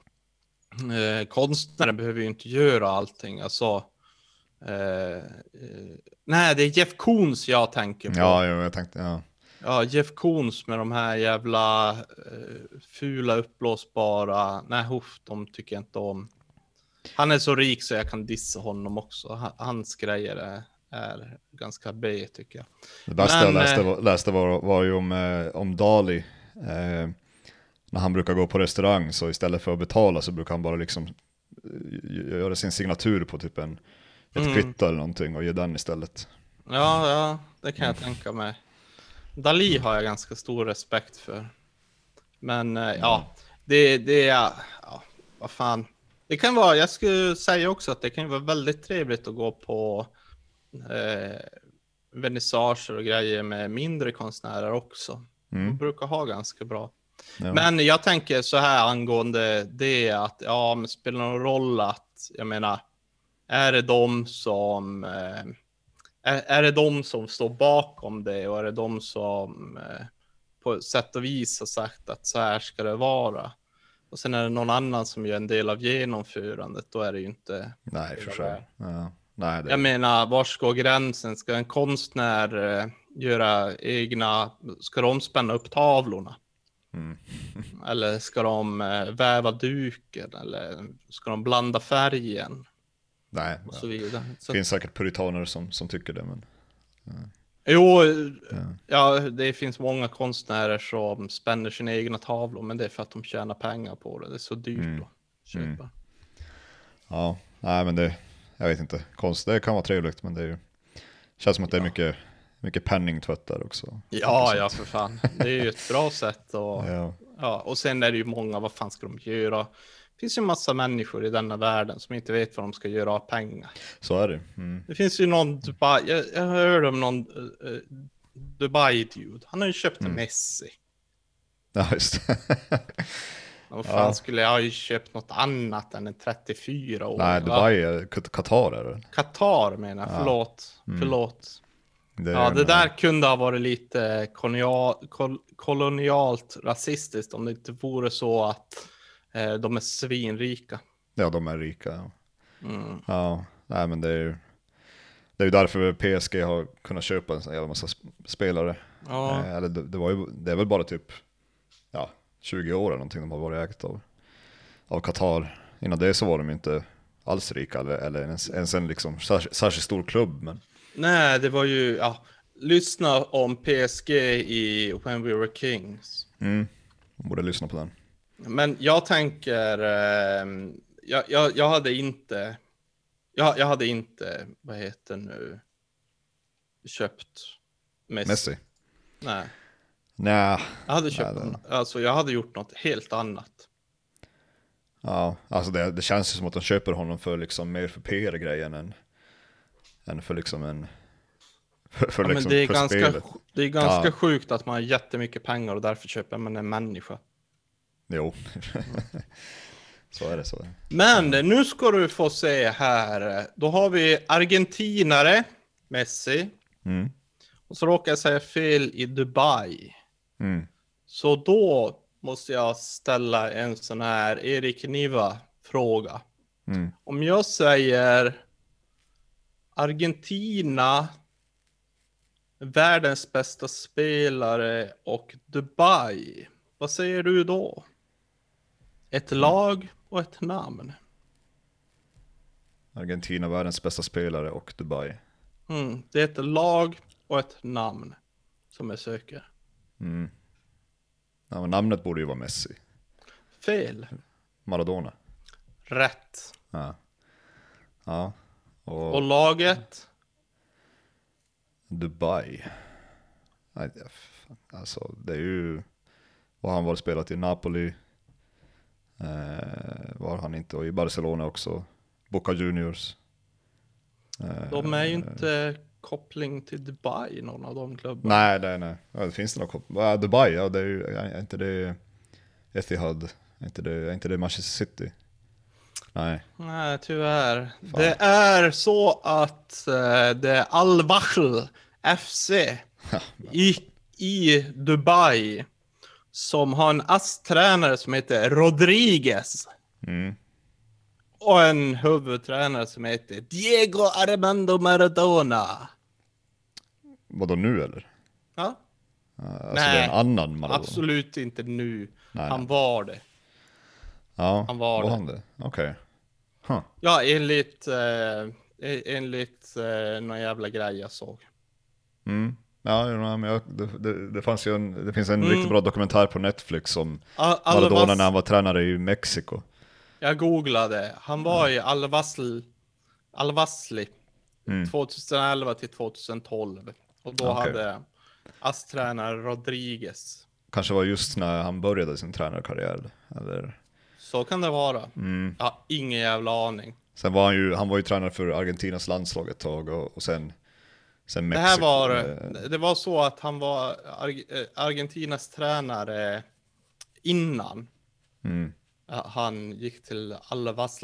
eh, konstnären behöver ju inte göra allting. Alltså, eh, eh, nej, det är Jeff Koons jag tänker på. Ja, jag, jag tänkte, ja. Ja, Jeff Koons med de här jävla eh, fula uppblåsbara. Nej, huff, de tycker jag inte om. Han är så rik så jag kan dissa honom också. Ha- Hans grejer är, är ganska B tycker jag. Det bästa Men, jag läste, eh, var, läste var, var ju om, eh, om Dali. Eh, när han brukar gå på restaurang, så istället för att betala så brukar han bara liksom eh, göra sin signatur på typ en, ett Mm. kvitto eller någonting och ge den istället. Ja, ja, det kan jag tänka mig. Dali har jag ganska stor respekt för. Men eh, ja, det, det är, ja, vad fan. Det kan vara, jag skulle säga också att det kan vara väldigt trevligt att gå på eh, vernissager och grejer med mindre konstnärer också. De Mm. brukar ha ganska bra. Ja. Men jag tänker så här angående det, att ja, men spelar någon roll att, jag menar, är det de som eh, är, är det de som står bakom det, och är det de som eh, på sätt och vis har sagt att så här ska det vara, och sen är det någon annan som gör en del av genomförandet, då är det ju inte Nej, för hela sig. världen. Ja. Nej, det... Jag menar, var går gränsen? Ska en konstnär eh, göra egna, ska de spänna upp tavlorna? Mm. Eller ska de eh, väva duken? Eller ska de blanda färgen? Nej, Och ja. så vidare. Det Så, finns säkert puritaner som, som tycker det, men... jo, Ja. ja, det finns många konstnärer som spänner sina egna tavlor, men det är för att de tjänar pengar på det. Det är så dyrt Mm. att köpa. Mm. Ja, nej men det, jag vet inte, konst, det kan vara trevligt, men det är ju, känns som att det är Ja. mycket, mycket penningtvätt där också. Ja, ja, Mycket för sånt. fan. Det är ju ett bra sätt. Och, Ja, ja, och sen är det ju många, vad fan ska de göra? Det finns ju massa människor i denna världen som inte vet vad de ska göra av pengar. så är det. Mm. Det finns ju någon Dubai, jag, jag hörde om någon uh, Dubai-dude. Han har ju köpt Mm. Messi. Ja, just det. Vad fan Ja. skulle jag ha ju köpt något annat än en trettiofyra år? Nej, Dubai, är Qatar är det. Qatar menar jag, Ja. förlåt. Mm. Förlåt. Det är Ja, en, det där kunde ha varit lite kolonial, kol, kolonialt rasistiskt om det inte vore så att eh, de är svinrika. Ja, de är rika. Ja. Mm. Ja, nej men det är ju, det är ju därför P S G har kunnat köpa en sån jävla massa sp- spelare. Ja. Eh, eller det, det, var ju, det är väl bara typ ja, tjugo år eller någonting de har varit ägt av, av Qatar. Innan det så var de ju inte alls rika eller, eller ens, ens en liksom särskilt, särskilt stor klubb. Men... Nej, det var ju, ja, lyssna om P S G i When We Were Kings. Mm, man borde lyssna på den. Men jag tänker, eh, jag, jag, jag hade inte, jag, jag hade inte, vad heter nu, köpt Messi. Messi? Nej, Nej. jag hade köpt, Nej, det- någon, alltså jag hade gjort något helt annat. Ja, alltså det, det känns ju som att de köper honom för liksom mer för P R-grejen än, än för liksom en för, för, Ja, liksom, men det är för ganska, spelet. det är ganska Ja. sjukt att man har jättemycket pengar och därför köper man en människa. Jo, så är det, så är det. Men nu ska du få se här. Då har vi argentinare, Messi. Mm. Och så råkar jag säga fel i Dubai. Mm. Så då måste jag ställa en sån här Erik Niva-fråga. Mm. Om jag säger Argentina, världens bästa spelare och Dubai, vad säger du då? Ett lag och ett namn. Argentina, världens bästa spelare, och Dubai. Mm, det är ett lag och ett namn som jag söker. Mm. Ja, men namnet borde ju vara Messi. Fel. Maradona. Rätt. Ja. Ja. Och, Och laget? Dubai. Nej, ja, fan. Alltså det är ju, vad han var spelat i Napoli. Eh, var han inte, och i Barcelona också. Boca Juniors. Eh, De är ju inte koppling till Dubai, någon av de klubbarna. Nej, nej, nej. Ja, det finns det något. Ja, Dubai, ja, det är ju, är inte det Etihad? Är inte det, är inte det Manchester City? Nej. Nej, tyvärr. Det är så att eh, det är Al-Wahl F C i, i Dubai som har en ASS-tränare som heter Rodriguez. Mm. Och en huvudtränare som heter Diego Armando Maradona. Vadå nu eller? Ja, Alltså Nej, det är en annan Maradona? absolut inte nu. Nej, Han nej. var det. Ja, han var var det. han det? Okej. Huh. Ja, enligt, eh, enligt eh, någon jävla grej jag såg. Mm. Ja, ja, men jag, det, det, det, fanns ju en, det finns en Mm. riktigt bra dokumentär på Netflix om Al- Maradona Al-Wass- när han var tränare i Mexiko. Jag googlade. Han var i Al-Wassl, Al-Wassli Mm. tjugoelva till tjugotolv. Och då Okej. hade ASS-tränare Rodriguez. Kanske var just när han började sin tränarkarriär. Eller? Så kan det vara. Mm. Jag har ingen jävla aning. Sen var han ju, han var ju tränare för Argentinas landslag ett tag och, och sen, sen Det Mexiko. här var, eh, det var så att han var Ar- eh, Argentinas tränare innan Mm. han gick till Al-Wassl.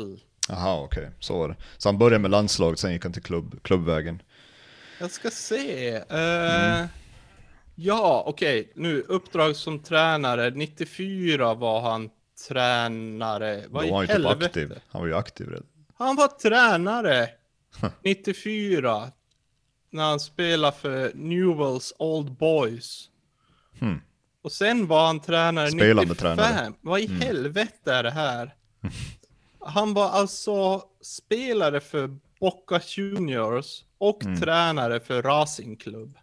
Aha, okej, okay. Så var det. Så han började med landslaget, sen gick han till klubb, klubbvägen. Jag ska se. Uh, Mm. Ja, okej. Nu, uppdrag som tränare. nittiofyra var han tränare. Vad Då i var han ju typ aktiv. helvete? Han var ju aktiv redan. Han var tränare nittiofyra. När han spelade för Newell's Old Boys. Hmm. Och sen var han tränare Spelande nittiofem. tränare. Vad i helvete är det här? Han var alltså spelare för Boca Juniors och tränare för Racing Club.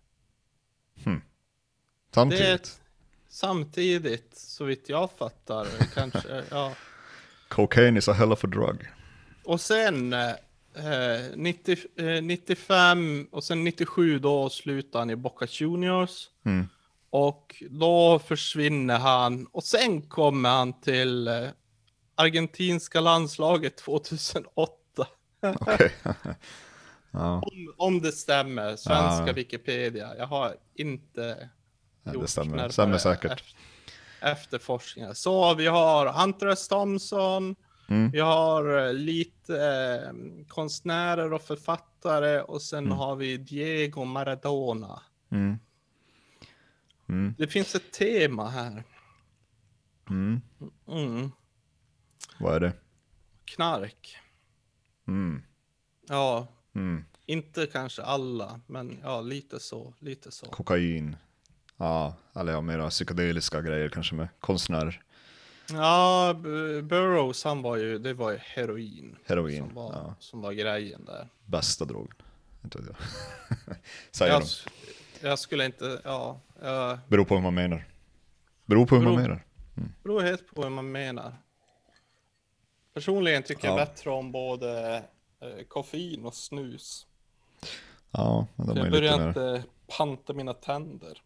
Samtidigt. Det är ett, samtidigt, så vitt jag fattar, kanske, ja. Cocaine is a hell of a drug. Och sen eh, nittio, eh, nittiofem och sen nittiosju då slutar han i Boca Juniors. Mm. Och då försvinner han och sen kommer han till eh, argentinska landslaget tjugohundraåtta. Okej. Ja, Om, om det stämmer, svenska Ja. Wikipedia. Jag har inte ja, gjort det stämmer. närmare Stämmer säkert. eft- efterforskningar. Så vi har Hunter S. Thompson, Mm. vi har eh, lite eh, konstnärer och författare och sen har vi Diego Maradona. Mm. Mm. Det finns ett tema här. Mm. Mm. Vad är det? Knark. Mm. Ja, Mm. inte kanske alla, men ja, lite så, lite så. Kokain. Ja, eller ja, mera psykedeliska grejer kanske med konstnärer. Ja, B- Burroughs, han var ju, det var ju heroin. Heroin, Som var, ja. som var grejen där. Bästa drogen. Inte vet jag. Säger Jag, de. s- jag skulle inte, ja, jag Beror på hur man menar. Beror på hur man Beror- menar. beror helt på vad man menar. Personligen tycker Ja. jag bättre om både eh, koffein och snus. Ja, men de För är jag lite börjar mer... inte panta mina tänder.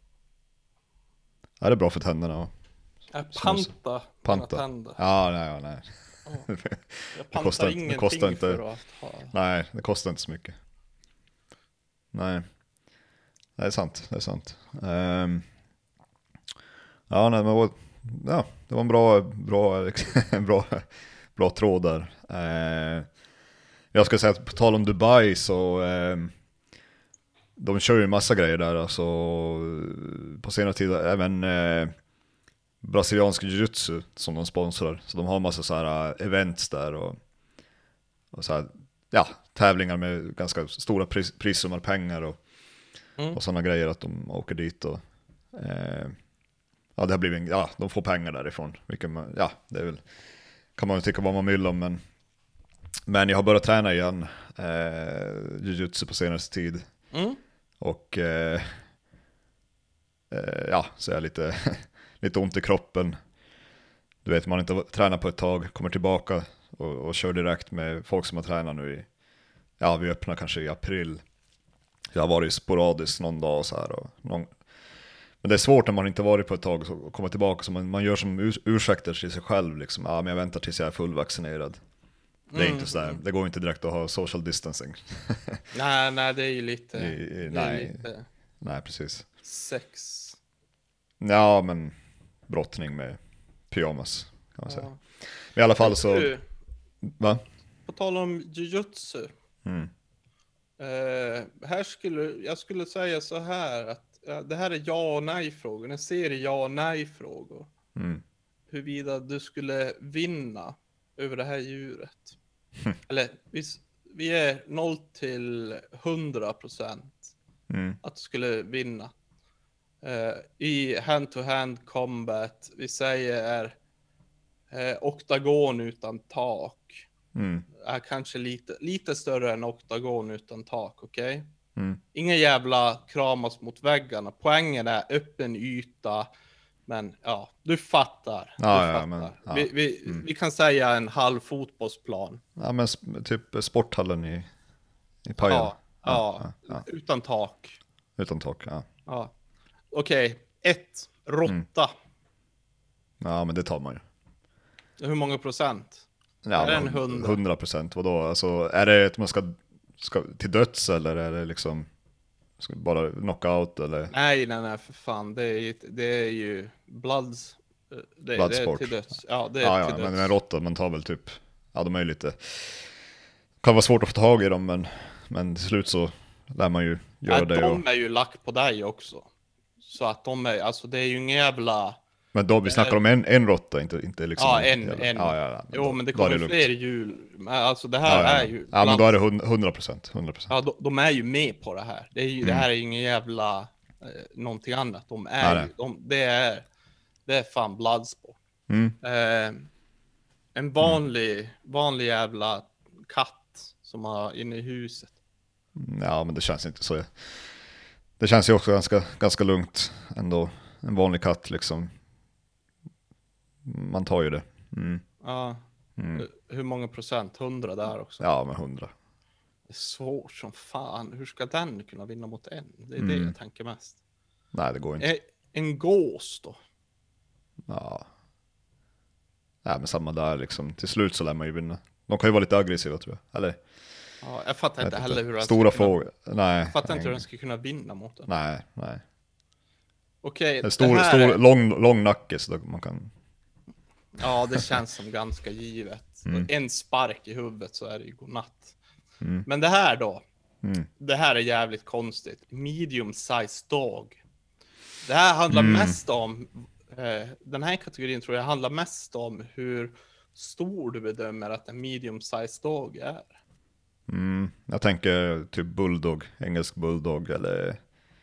Är det bra för tänderna? Jag Snus. panta, Panta? mina tänder. Ja, nej, ja, nej. Jag pantar kostar- det ingenting kostar inte- för att ha. Nej, det kostar inte så mycket. Nej. Det är sant, det är sant. Ehm. Ja, nej, men vad- ja, det var en bra, bra, bra, bra tråd där. Ehm. Jag ska säga att på tal om Dubai så ehm, de kör ju en massa grejer där, alltså på senare tid även eh, brasiliansk jiu-jitsu som de sponsrar. Så de har massa så här eh, events där och, och så här, ja, tävlingar med ganska stora pris, prissummor pengar och, Mm. och sådana grejer, att de åker dit och eh, ja, det har blivit en, ja, de får pengar därifrån. Vilket man, ja, det är väl, kan man ju tycka vad man vill om, men men jag har börjat träna igen eh, jiu-jitsu på senaste tid. Mm. Och eh, eh, ja, så är jag lite, lite ont i kroppen. Du vet, man har inte tränat på ett tag, kommer tillbaka och, och kör direkt med folk som har tränat nu i, ja, vi öppnar kanske i april. Jag har varit sporadiskt någon dag och så här. Och någon, men det är svårt när man inte varit på ett tag att komma tillbaka, så man, man gör som ur, ursäkter till sig själv liksom. Ja, men jag väntar tills jag är fullvaccinerad. Det är Mm, inte sådär, det går inte direkt att ha social distancing. Nej, nej, det är ju lite, I, i, det är nej, lite nej, precis. sex. Ja, men brottning med pyjamas kan man säga. Ja. Men i alla fall så, Du, va? på tal om jujutsu. Mm. Eh, här skulle, jag skulle säga så här att ja, det här är ja och nej frågor. En serie ja och nej frågor. Mm. Huruvida du skulle vinna över det här djuret. Eller vi, vi är noll till hundra procent Mm. att du skulle vinna. Eh, I hand-to-hand combat, vi säger eh, oktagon utan tak. Mm. Är kanske lite, lite större än oktagon utan tak, okej? Okay? Mm. Ingen jävla kramas mot väggarna. Poängen är öppen yta. Men ja, du fattar. Ja, du ja, fattar. men, ja. Vi, vi, Mm. vi kan säga en halv fotbollsplan. Ja, men sp- typ sporthallen i, i Pajala. Ja, ja, ja, utan tak. utan tak, ja. Ja. Okej, ett. Råtta. Ja, men det tar man ju. Hur många procent? Ja, Är det en men hundra? hundra procent, vadå? Alltså, är det att man ska, ska till döds, eller är det liksom ska bara knockout, eller? Nej, nej, nej, för fan. Det är, ju- det är ju bloods. Det, det är Bloodsport. till döds. Ja, det är Ja, ja, till men döds. en råtta, man tar väl typ, ja, de är ju lite, kan vara svårt att få tag i dem, men, men till slut så lär man ju göra Ja, det. de Och, är ju lack på dig också. Så att de är, alltså det är ju ingen jävla... men då vi snackar om en, en råtta, inte, inte liksom Ja, en, hela, en. Ja, ja, ja, men Jo, då, men det då är kommer lugnt. fler jul. Men alltså det här Ja, ja, är ja. ju... Ja, men då är det bland- hundra procent. hundra procent. Ja, de, de är ju med på det här. Det, är ju, det Mm. här är ju ingen jävla eh, någonting annat. De är Nej, ju, nej. de, det är, det är fan Bloodsport. Mm. Eh, en vanlig, vanlig jävla katt som har inne i huset. Ja, men det känns inte så. Det känns ju också ganska, ganska lugnt ändå. En vanlig katt liksom. Man tar ju det. Mm. Ja, Mm. hur- hur många procent? Hundra där också. Ja, med hundra. Det är svårt som fan. Hur ska den kunna vinna mot en? Det är det Mm. jag tänker mest. Nej, det går inte. Eh, En gås då? Ja. Ja, men samma där liksom. Till slut så lär man ju vinna. De kan ju vara lite aggressiva tror jag. Eller? Ja, jag fattar Jag inte vet heller inte. hur den Stora ska kunna, fåglar. Nej. jag fattar inte hur nej. den ska kunna vinna mot den. Nej, nej. Okej, En det stor, här stor är, lång, lång nacke så man kan... ja, det känns som ganska givet. Mm. En spark i huvudet så är det ju godnatt. Mm. Men det här då? Mm. Det här är jävligt konstigt. Medium size dog. Det här handlar Mm. mest om, eh, den här kategorin tror jag handlar mest om hur stor du bedömer att en medium size dog är. Mm. Jag tänker typ bulldog, engelsk bulldog eller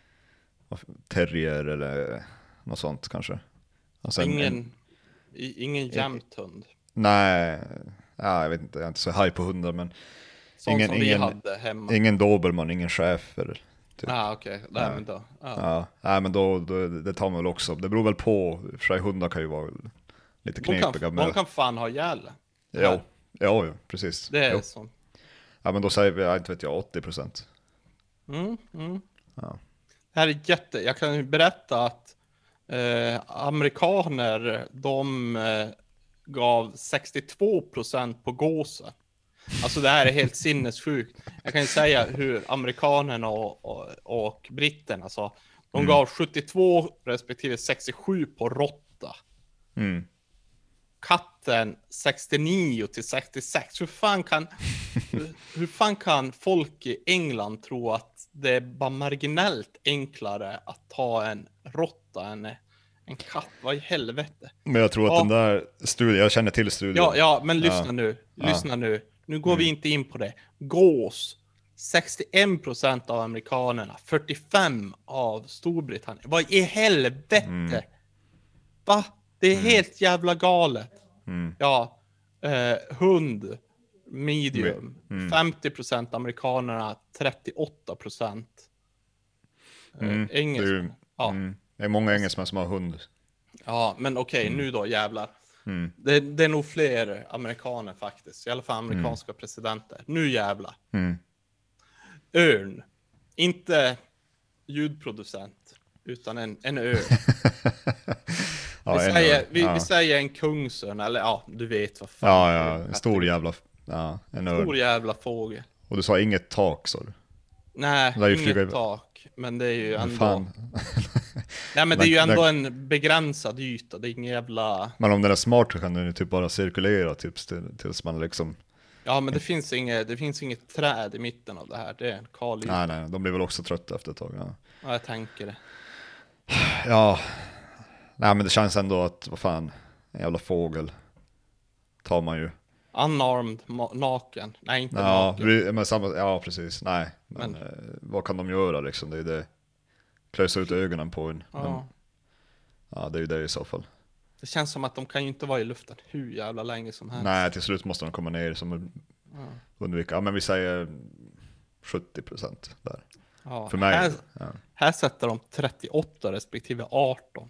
terrier eller något sånt kanske. Alltså en- ingen, en, i, ingen jämthund. nej, ja, jag vet inte, jag är inte så high på hundar, men Sånt ingen- som vi ingen- hade hemma. ingen dobermann, ingen schäfer. Typ. Ah, okej. Okay. Nej, men då. Ja. Ja, nej, men då, då, det tar man väl också. Det beror väl på, för sig hundar kan ju vara lite De, knepiga. kan, med, de kan fan ha ihjäl. ja, ja, ja, precis. Det är Jo. så. Ja, men då säger vi, jag inte vet jag, åttio procent. Mm, mm. Ja. Det här är jätte... Jag kan ju berätta att eh, amerikaner, de eh, gav sextiotvå procent på gåsen. Alltså det här är helt sinnessjukt. Jag kan ju säga hur amerikanerna och, och, och britterna sa. De Mm. gav sjuttiotvå respektive sextiosju på råtta. Mm. Katten sextionio till sextiosex. Hur fan kan hur, hur fan kan folk i England tro att det är bara marginellt enklare att ta en råtta än en katt? Vad i helvete? Men jag tror att Ja. den där studien, jag känner till studien. Ja, ja, men lyssna Ja. nu. Ja. Lyssna nu. Nu går vi inte in på det. Gås. sextioen procent av amerikanerna, fyrtiofem av Storbritannien. Vad i helvete? Mm. Va? Det är helt jävla galet. Mm. Ja, eh, hund, medium, Mm. femtio procent amerikanerna, trettioåtta procent eh, Mm. Det är engelsmän. ju- Ja. Mm. Det är många engelsmän som har hund. Ja, men okej, nu då jävlar. Mm. Det, det är nog fler amerikaner faktiskt, i alla fall amerikanska presidenter. Nu jävlar. Mm. Örn, inte ljudproducent, utan en, en örn. Ja, vi, en säger, örn. vi, ja. vi säger en kungsörn, eller ja, du vet vad fan. Ja, ja, en stor jävla, ja, en örn. Stor jävla fågel. Och du sa inget tak, sa du? Nej, lär ju inget flyga i- tak. Men det är ju Men ändå... fan. Nej, men det är ju Den- ändå den- en begränsad yta. Det är ingen jävla... Men om den är smart så kan den ju typ bara cirkulera typ, till, tills man liksom... Ja, men det finns inget, det finns inget träd i mitten av det här. Det är en kal yta. Nej, nej, de blir väl också trötta efter ett tag. Ja, Ja, jag tänker det. ja. Nej, men det känns ändå att, vad fan, en jävla fågel tar man ju. Unarmed, ma- naken. Nej, inte Ja, naken. vi- men samma, ja precis, nej. Men, Men- eh, vad kan de göra liksom? Det är ju det. Klösa ut ögonen på en. Men, Ja. ja, det är ju det i så fall. Det känns som att de kan ju inte vara i luften hur jävla länge som helst. Nej, till slut måste de komma ner som en- Ja. undvika. Ja, men vi säger sjuttio procent där. Ja. För mig. Här, Ja. här sätter de trettioåtta respektive arton.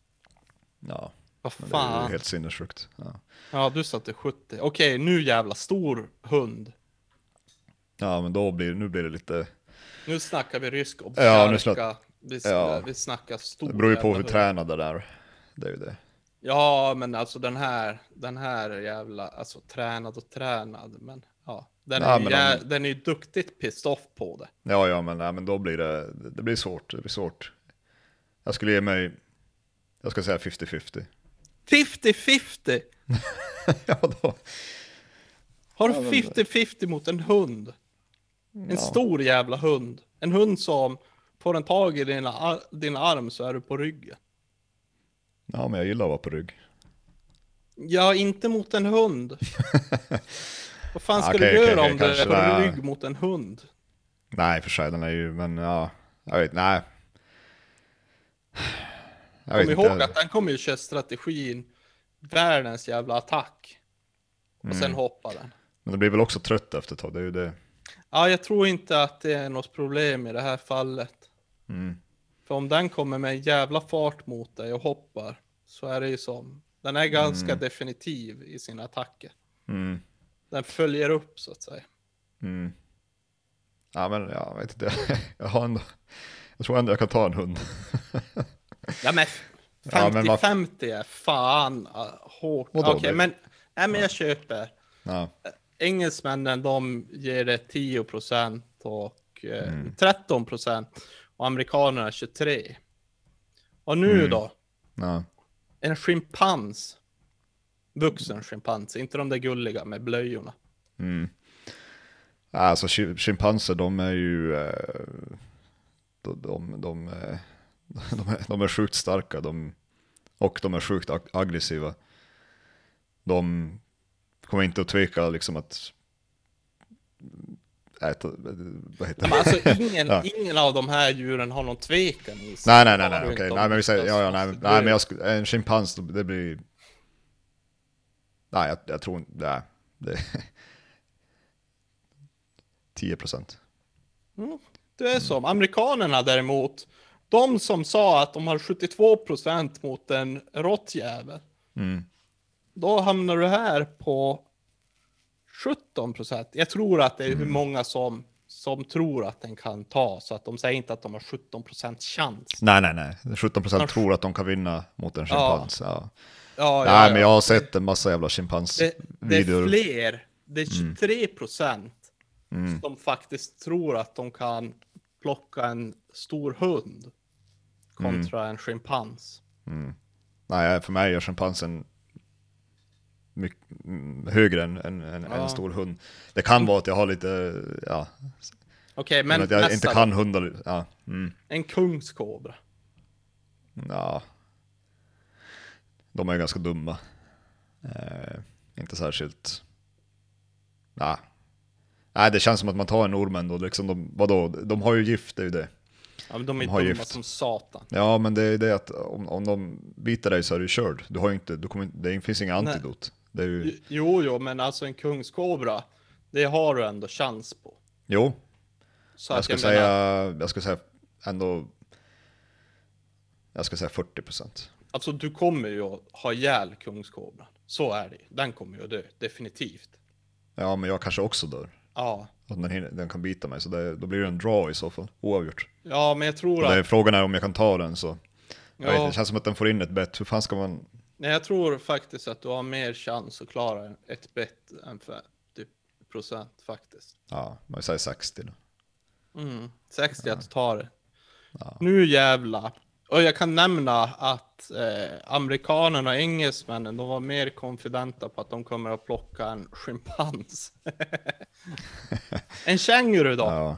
Ja, Vad men det är ju fan. helt sinnessjukt. Ja. Ja, du satte sjuttio. Okej, nu jävla stor hund. Ja, men då blir, nu blir det lite... Nu snackar vi rysk och Ja, nu bjärka. Vi, ja. vi snackar stor Det beror ju på jävla hur hund. tränade det är. Det är ju det. Ja, men alltså den här, den här jävla, alltså tränad och tränad, men ja. Den Ja, är, ju men jä- de- den är ju duktigt pissed off på det. Ja, ja, men, ja, men då blir det... Det blir svårt. Det blir svårt. Jag skulle ge mig... Jag ska säga femtio femtio. femtio femtio! Ja, då... Har du Ja, men- femtio femtio mot en hund? En Ja. stor jävla hund. En hund som får en tag i dina, ar- din arm så är du på ryggen. Ja, men jag gillar att vara på rygg. Ja, inte mot en hund. Vad fan ska Okej, du okej, göra okej, om du är kanske på det är- rygg mot en hund? Nej, för sig, den är ju, men ja, jag vet, nej. Jag Kom vet ihåg inte. att den kommer ju köra strategin världens jävla attack. Och sen Mm. hoppar den. Men det blir väl också trött efter ett tag, det är ju det. Ja, jag tror inte att det är något problem i det här fallet. Mm. För om den kommer med en jävla fart mot dig och hoppar, så är det ju som. Den är ganska Mm. definitiv i sina attacker. Mm. Den följer upp så att säga. Mm. Ja, men jag vet inte. Jag har ändå, jag tror ändå jag kan ta en hund. Ja men Ja, men vad- femtio femtio är fan uh, hårt. Vadå, Okej, det- men, nej, men jag köper. Ja. Engelsmännen de ger det tio procent och eh, Mm. tretton procent. Och amerikanerna tjugotre. Och nu Mm. då? Ja. En schimpans. Vuxen schimpans, inte de där gulliga med blöjorna. Mm. Alltså chi- schimpanser, de är ju eh, de, de, de, eh, de, är, de är sjukt starka, de, och de är sjukt ag- aggressiva. De kommer inte att tveka liksom att äta, vad heter Men alltså ingen, Ja. ingen av de här djuren har någon tvekan i sig. Nej, nej, nej, Har nej, du okej, inte nej, om men vi säger, du ja, ja, måste nej, dö. nej, men jag skulle, en schimpans, det blir, nej, jag, jag tror inte, nej, det tio procent. Mm, det är som. Amerikanerna däremot, de som sa att de har sjuttiotvå procent mot en råttjävel, Mm. då hamnar du här på sjutton procent. Jag tror att det är hur många som, som tror att den kan ta, så att de säger inte att de har sjutton procent chans. Nej, nej, nej, sjutton procent Varför? tror att de kan vinna mot en schimpans, ja. Ja, Nej, ja, men ja. jag har sett en massa jävla schimpans Det, det är videor. fler, det är tjugotre procent Mm. som faktiskt tror att de kan plocka en stor hund kontra en schimpans. Nej, för mig är schimpansen mycket mm, högre än, än, än Ja. en stor hund. Det kan vara att jag har lite, ja, Okej, men men att jag nästa inte då. kan hundar, ja. Mm. En kungskobra. Ja. De är ganska dumma. Eh, inte särskilt. Ja. Nej, det känns som att man tar en ormen då, liksom de, vadå, de har ju gift, det är ju det. Ja, men de är De har dumma gift. som satan. Ja, men det är det att om, om de biter dig så är du körd. Du har ju inte, du kommer, det finns inga Nej. antidot. Det är ju, Jo, jo, men alltså en kungskobra, det har du ändå chans på. jo, Så jag att ska jag säga, menar, jag ska säga ändå, jag ska säga fyrtio procent. alltså du kommer ju att ha ihjäl kungskobran. Så är det. Den kommer ju att dö, definitivt. Ja, men jag kanske också dör. Ja, Och den, hinner- den kan bita mig, så det, då blir det en draw i så fall, oavgjort. ja, men jag tror Och det är, att, frågan är om jag kan ta den, så jag vet, ja, det känns som att den får in ett bett. Hur fan ska man, nej, jag tror faktiskt att du har mer chans att klara ett bett än femtio procent faktiskt. ja, man säger sextio då. Mm, sextio att ta det. Nu jävla. Och jag kan nämna att eh, amerikanerna och engelsmännen, de var mer konfidenta på att de kommer att plocka en schimpans. En känguru då? Ja.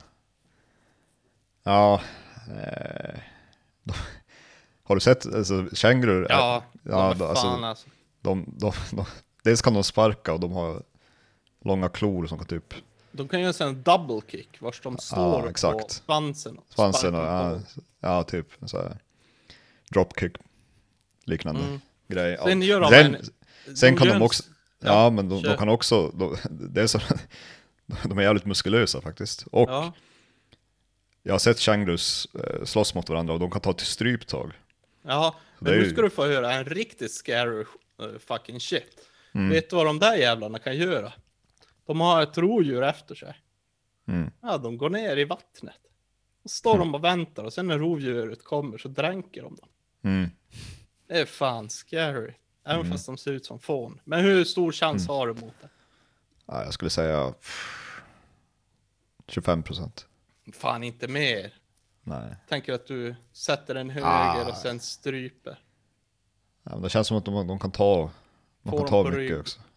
Ja. Eh, de, har du sett alltså, kängurur? Ja, de ja är då, fan alltså, alltså. de, de, de, dels kan de sparka och de har långa klor som kan typ De kan göra en double kick, vars de står på exakt. svansen. Och svansen och, sparkar ja, på. ja, typ så här dropkick liknande Mm. grej. Ja. Sen gör de sen, en- sen de kan gör de en- också, ja, ja, men de, de kör. kan också, de, det är så, de är jävligt muskulösa faktiskt. Och Ja, jag har sett kängurus eh, slåss mot varandra och de kan ta till stryptag. ja. Det Men är nu ju- ska du få höra en riktigt scary uh, fucking shit. Mm. Vet du vad de där jävlarna kan göra? De har ett rovdjur efter sig. Mm. Ja, de går ner i vattnet. Och står de och väntar och sen när rovdjuret kommer så dränker de dem. Mm. Det är fan scary. Även Mm. fast de ser ut som fån. Men hur stor chans har du mot det? Ja, jag skulle säga pff, tjugofem procent. Fan inte mer. Nej. Tänker att du sätter en höger Ah. och sen stryper. Ja, men det känns som att de, de kan ta, de Får kan dem ta på mycket rygg. också.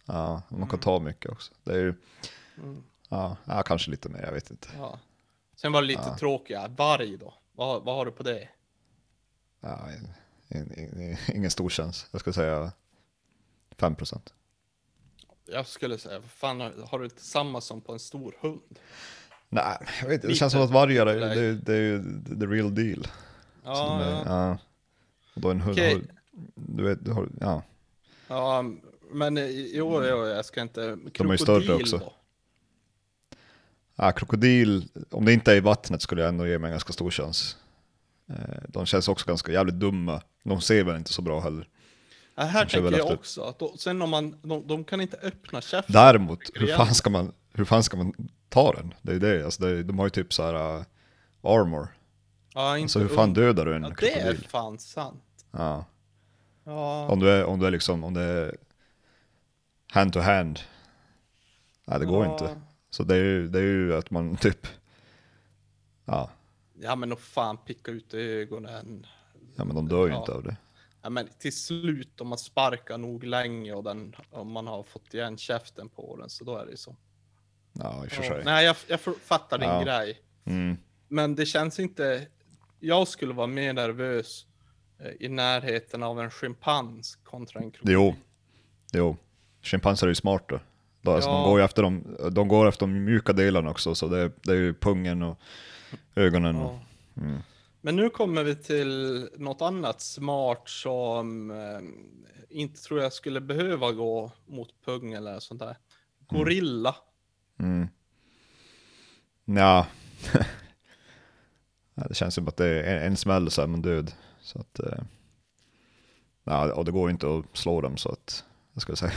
Ja, de kan ta mycket också. Det är ju, Mm. ja, ja, kanske lite mer, jag vet inte. Ja. Sen var det lite Ja. tråkiga. Varg då? Vad, vad har du på det? Ja, in, in, in, ingen stor chans. Jag skulle säga fem procent. Jag skulle säga, vad fan har, har du inte samma som på en stor hund? Nej, jag vet inte. Det Lite- känns som att vargar är, lite det, lägre. det är ju the real deal. Så de Ja, är, ja. ja. Och då en hund, Okej. har- du vet, du har, ja. Ja, men eh, jo, jo, jag ska inte... De är ju större Krokodil också. då? Ja, krokodil, om det inte är i vattnet skulle jag ändå ge mig en ganska stor chans. Eh, De känns också ganska jävligt dumma. De ser väl inte så bra heller. Ja, här De kör tänker väl jag efter- också, att då, sen om man, de, de kan inte öppna käften. Däremot, hur Igen. fan ska man, hur fan ska man ta den? Det är det, alltså det, de har ju typ så här uh, armor. Ja, inte Så hur fan und- dödar du en Ja, det är krokodil? fan sant. Ja. Ja, Om du är, om du är liksom, om det är hand to hand. Nej, det går ja. inte. Så det är ju, det är ju att man typ, ja, Ja, men nog fan picka ut ögonen. ja men de dör ju Ja. inte av det. Ja, men till slut om man sparkar nog länge och den, om man har fått igen käften på den, så då är det ju så. Ja, i och för Ja. sig. Nej, jag, jag fattar din Ja. grej. Mm. Men det känns inte... Jag skulle vara mer nervös eh, i närheten av en schimpans kontra en krokodil. Jo, jo. Schimpanser är ju smarta. De, alltså, Ja. de går ju efter de, de går efter de mjuka delarna också, så det, det är ju pungen och ögonen. Och, Ja. mm. Men nu kommer vi till något annat smart som eh, inte tror jag skulle behöva gå mot pung eller sånt där. Gorilla. Mm. Ja. Ja, det känns som att det är en, en smäll så är man död. Så att, eh, ja, och det går inte att slå dem, så att jag skulle säga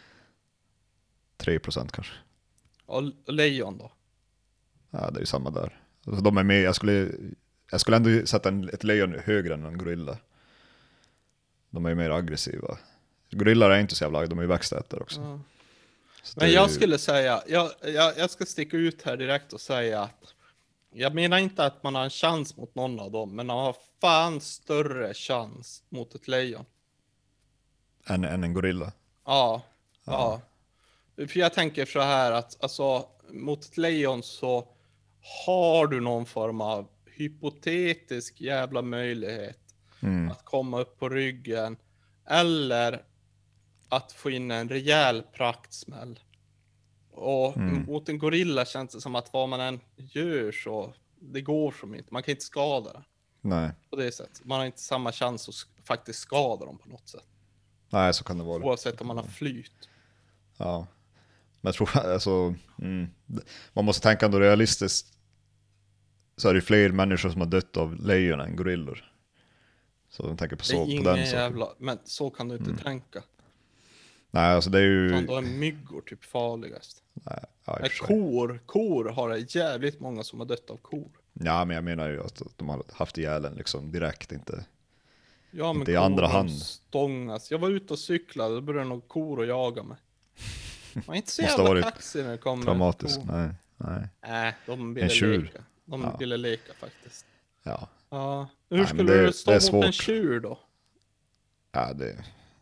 tre procent kanske. Och lejon då? Ja, det är ju samma där. Alltså, de är med, jag skulle, jag skulle ändå sätta en, ett lejon högre än en gorilla. De är ju mer aggressiva. Gorillar är inte så jävla, de är ju växtätare också. Ja. Så Men det är jag ju- skulle säga, jag, jag, jag ska sticka ut här direkt och säga att jag menar inte att man har en chans mot någon av dem, men man har fan större chans mot ett lejon. än, än en gorilla. Ja, ja. För jag tänker så här att alltså, mot ett lejon så har du någon form av hypotetisk jävla möjlighet Mm. att komma upp på ryggen eller att få in en rejäl praktsmäll. Och Mm. mot en gorilla känns det som att vad man än gör så det går som inte. Man kan inte skada den Nej. på det sättet. Man har inte samma chans att sk- faktiskt skada dem på något sätt. Nej, så kan det vara. Oavsett om man har flyt. Ja. Men jag tror, alltså, mm, man måste tänka ändå realistiskt, så är det fler människor som har dött av lejon än gorillor. Så de tänker på, Det så, är på ingen den saken. jävla... Men så kan du inte tänka. Nej, alltså det är ju... Utan då är myggor typ farligast. Nej, ja, i och Nej, för sig. kor, kor har det jävligt många som har dött av kor. Ja, men jag menar ju att de har haft ihjäl en liksom direkt, inte... Ja, men Inte i andra kor, de hand. stångas. Jag var ute och cyklade, då började nog kor att jaga mig. Man är inte så Måste ha jävla varit kaxig när det kommer Traumatiskt, kor. nej, nej. Nej, de ville En tjur. leka. De Ja. ville leka faktiskt. Ja, Ja. Hur Nej, men skulle det- du stå det är mot en svårt. tjur då? ja det...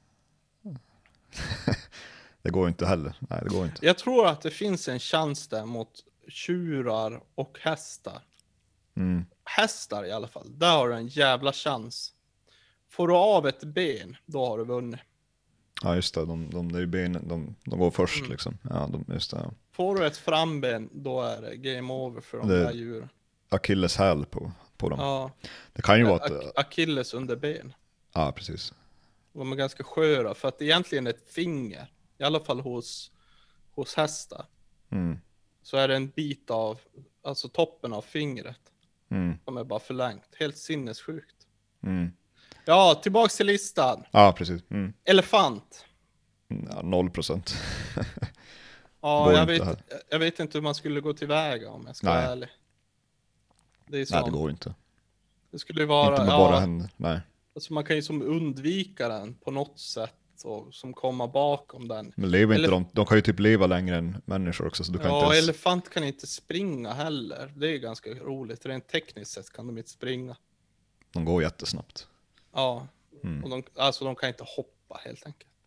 det går inte heller. Nej, det går inte. Jag tror att det finns en chans där mot tjurar och hästar. Mm. Hästar i alla fall. Där har du en jävla chans. Får du av ett ben, då har du vunnit. Ja, just det. De, de, det är ju benen, de, de går först Mm. liksom. Ja, de, just det. Ja. Får du ett framben, då är det game over för de Det- där djuren. Achilles häl på, på dem. Ja. Det kan ju vara att... Ak- Achilles under ben. Ja, precis. De är ganska sköra för att egentligen ett finger, i alla fall hos, hos hästar, Mm. så är det en bit av, alltså toppen av fingret, Mm. som är bara förlängt. Helt sinnessjukt. Mm. Ja, tillbaks till listan. Ja, precis. Mm. Elefant. Ja, noll procent. Ja, Går jag inte vet, här. jag vet inte hur man skulle gå tillväga om jag ska vara Nej. ärlig. Det är Nej, det som, går inte. det skulle ju vara, inte med ja, bara händer. Nej. alltså man kan ju som undvika den på något sätt och som komma bakom den. Men lever inte Elef- de? De kan ju typ leva längre än människor också, så du kan Ja, inte ens... elefant kan inte springa heller. Det är ganska roligt. Rent tekniskt sett kan de inte springa. De går jättesnabbt. Ja, Mm. och de, alltså de kan inte hoppa helt enkelt.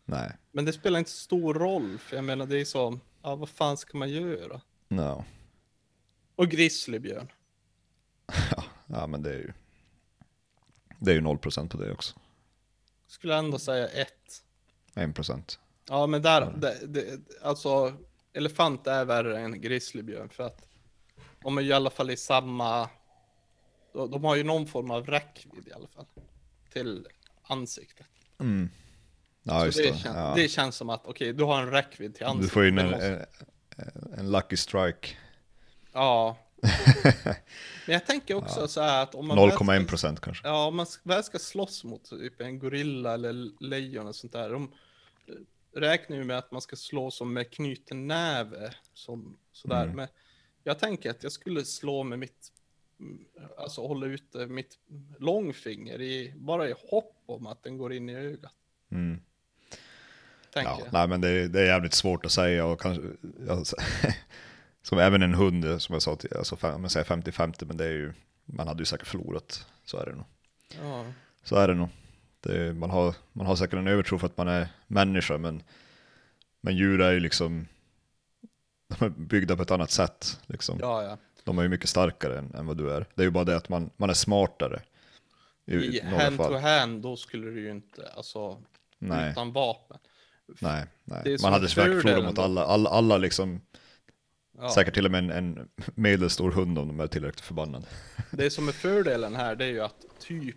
Nej. Men det spelar inte stor roll, för jag menar det är så, ja vad fan ska man göra? No. Och grizzlybjörn. Ja, ja, men det är ju det är ju noll procent på det också. Skulle ändå säga ett. En procent. Ja men där, det, det, alltså elefant är värre än grizzlybjörn för att de är ju i alla fall i samma, de, de har ju någon form av räckvidd i alla fall till ansiktet. Mm. Ja, Så just det, det. kän, Ja. det känns som att okej, du har en räckvidd till ansiktet. Du får in Det en, måste- en, en lucky strike. Ja. Men jag tänker också så här att om man noll väl komma en ska- procent kanske. Ja, om man ska- väl ska slåss mot typ en gorilla eller lejon och sånt där. De räknar ju med att man ska slå som med knuten näve. Som, sådär. Mm. Men jag tänker att jag skulle slå med mitt, alltså hålla ute mitt långfinger i, bara i hopp om att den går in i ögat. Mm. Tänker Ja, jag. nej, men det, är- det är jävligt svårt att säga och kanske, alltså, som även en hund som jag sa till, alltså fem, man säger femtio femtio, men det är ju, man hade ju säkert förlorat, så är det nog. Ja. Så är det nog. Det är, man, har, man har säkert en övertro för att man är människa, men, men djur är ju liksom, de är byggda på ett annat sätt liksom. Ja, ja. De är ju mycket starkare än, än vad du är. Det är ju bara det att man, man är smartare. I några hand fall. to hand, då skulle du ju inte, alltså Nej. utan vapen. Nej, nej. Det är som Man hade säkert fördelen förlorat mot då. alla, alla, alla liksom, Ja. säkert till och med en, en medelstor hund om de är tillräckligt förbannade. Det som är fördelen här, det är ju att typ,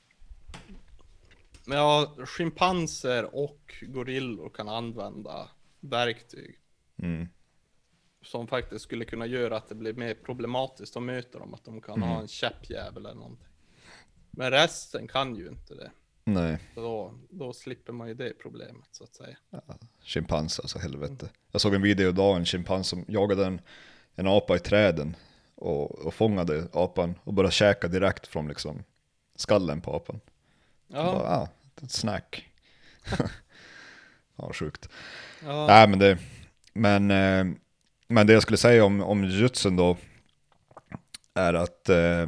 ja, schimpanser och gorillor kan använda verktyg Mm. som faktiskt skulle kunna göra att det blir mer problematiskt att möta dem, att de kan Mm. ha en käppjävel eller någonting. Men resten kan ju inte det. Nej, Så då, då slipper man ju det problemet så att säga. schimpans alltså, helvete. Jag såg en video idag, en schimpans som jagade en, en apa i träden och, och fångade apan och började käka direkt från liksom skallen på apan. Ja, Bara, ah, ett snack. Ja, sjukt. ja, Nej, men det, men, eh, men det jag skulle säga om, om jutsun då är att eh,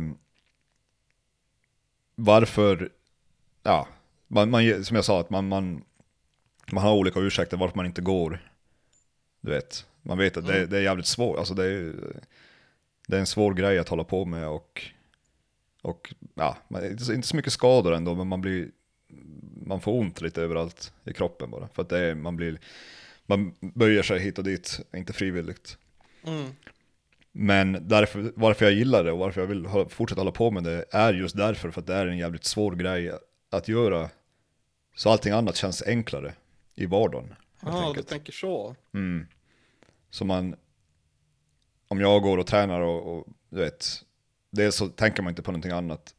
varför, ja, man, man, som jag sa, att man, man, man har olika ursäkter varför man inte går. Du vet, man vet att det, Mm. det är jävligt svårt, alltså det är, det är en svår grej att hålla på med och, och ja, man, inte så mycket skador ändå, men man blir, man får ont lite överallt i kroppen bara, för att det är, man blir, man böjer sig hit och dit, inte frivilligt. mm, Men därför, varför jag gillar det och varför jag vill ha, fortsätta hålla på med det är just därför, för att det är en jävligt svår grej att göra, så allting annat känns enklare i vardagen. helt ja, du enkelt. tänker så. Mm. Så man, om jag går och tränar och, och du vet, dels så tänker man inte på någonting annat,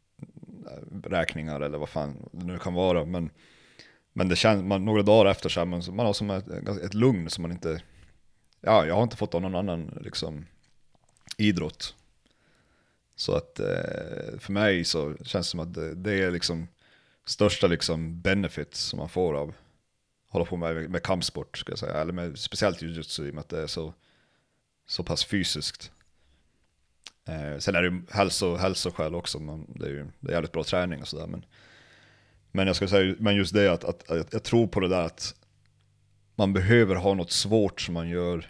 räkningar eller vad fan det nu kan vara, men, men det känns, man, några dagar efter så här, man, man har som ett, ett lugn som man inte, ja, jag har inte fått av någon annan liksom idrott. Så att eh, för mig så känns det som att det, det är liksom största liksom benefit som man får av hålla på med, med kampsport, ska jag säga, eller med, speciellt jujutsu, i och med att det är så, så pass fysiskt. Eh, sen är det ju hälso, hälsoskäl också, man, det är ju det är jävligt bra träning och sådär, men, men jag ska säga, men just det att, att, att jag tror på det där att man behöver ha något svårt som man gör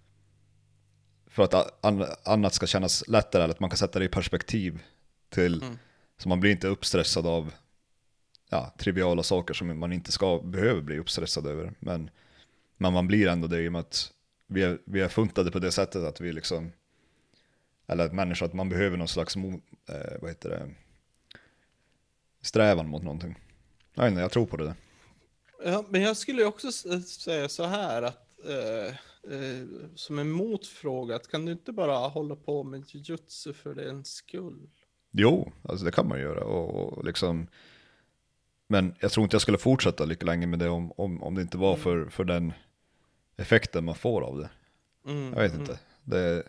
för att an, annat ska kännas lättare, eller att man kan sätta det i perspektiv till, Mm. så man blir inte uppstressad av ja, triviala saker som man inte ska behöva bli uppstressad över, men, men man blir ändå det i och med att vi är, vi är funtade på det sättet att vi liksom, eller att människor, att man behöver någon slags mo, eh, vad heter det, strävan mot någonting. Jag vet inte, jag tror på det där. Ja, men jag skulle ju också s- säga så här att eh, eh, som en motfråga, att kan du inte bara hålla på med jujutsu för den skull? Jo, alltså det kan man göra och, och liksom, men jag tror inte jag skulle fortsätta lika länge med det om, om, om det inte var för, för den effekten man får av det. Mm, Jag vet mm. inte. Det är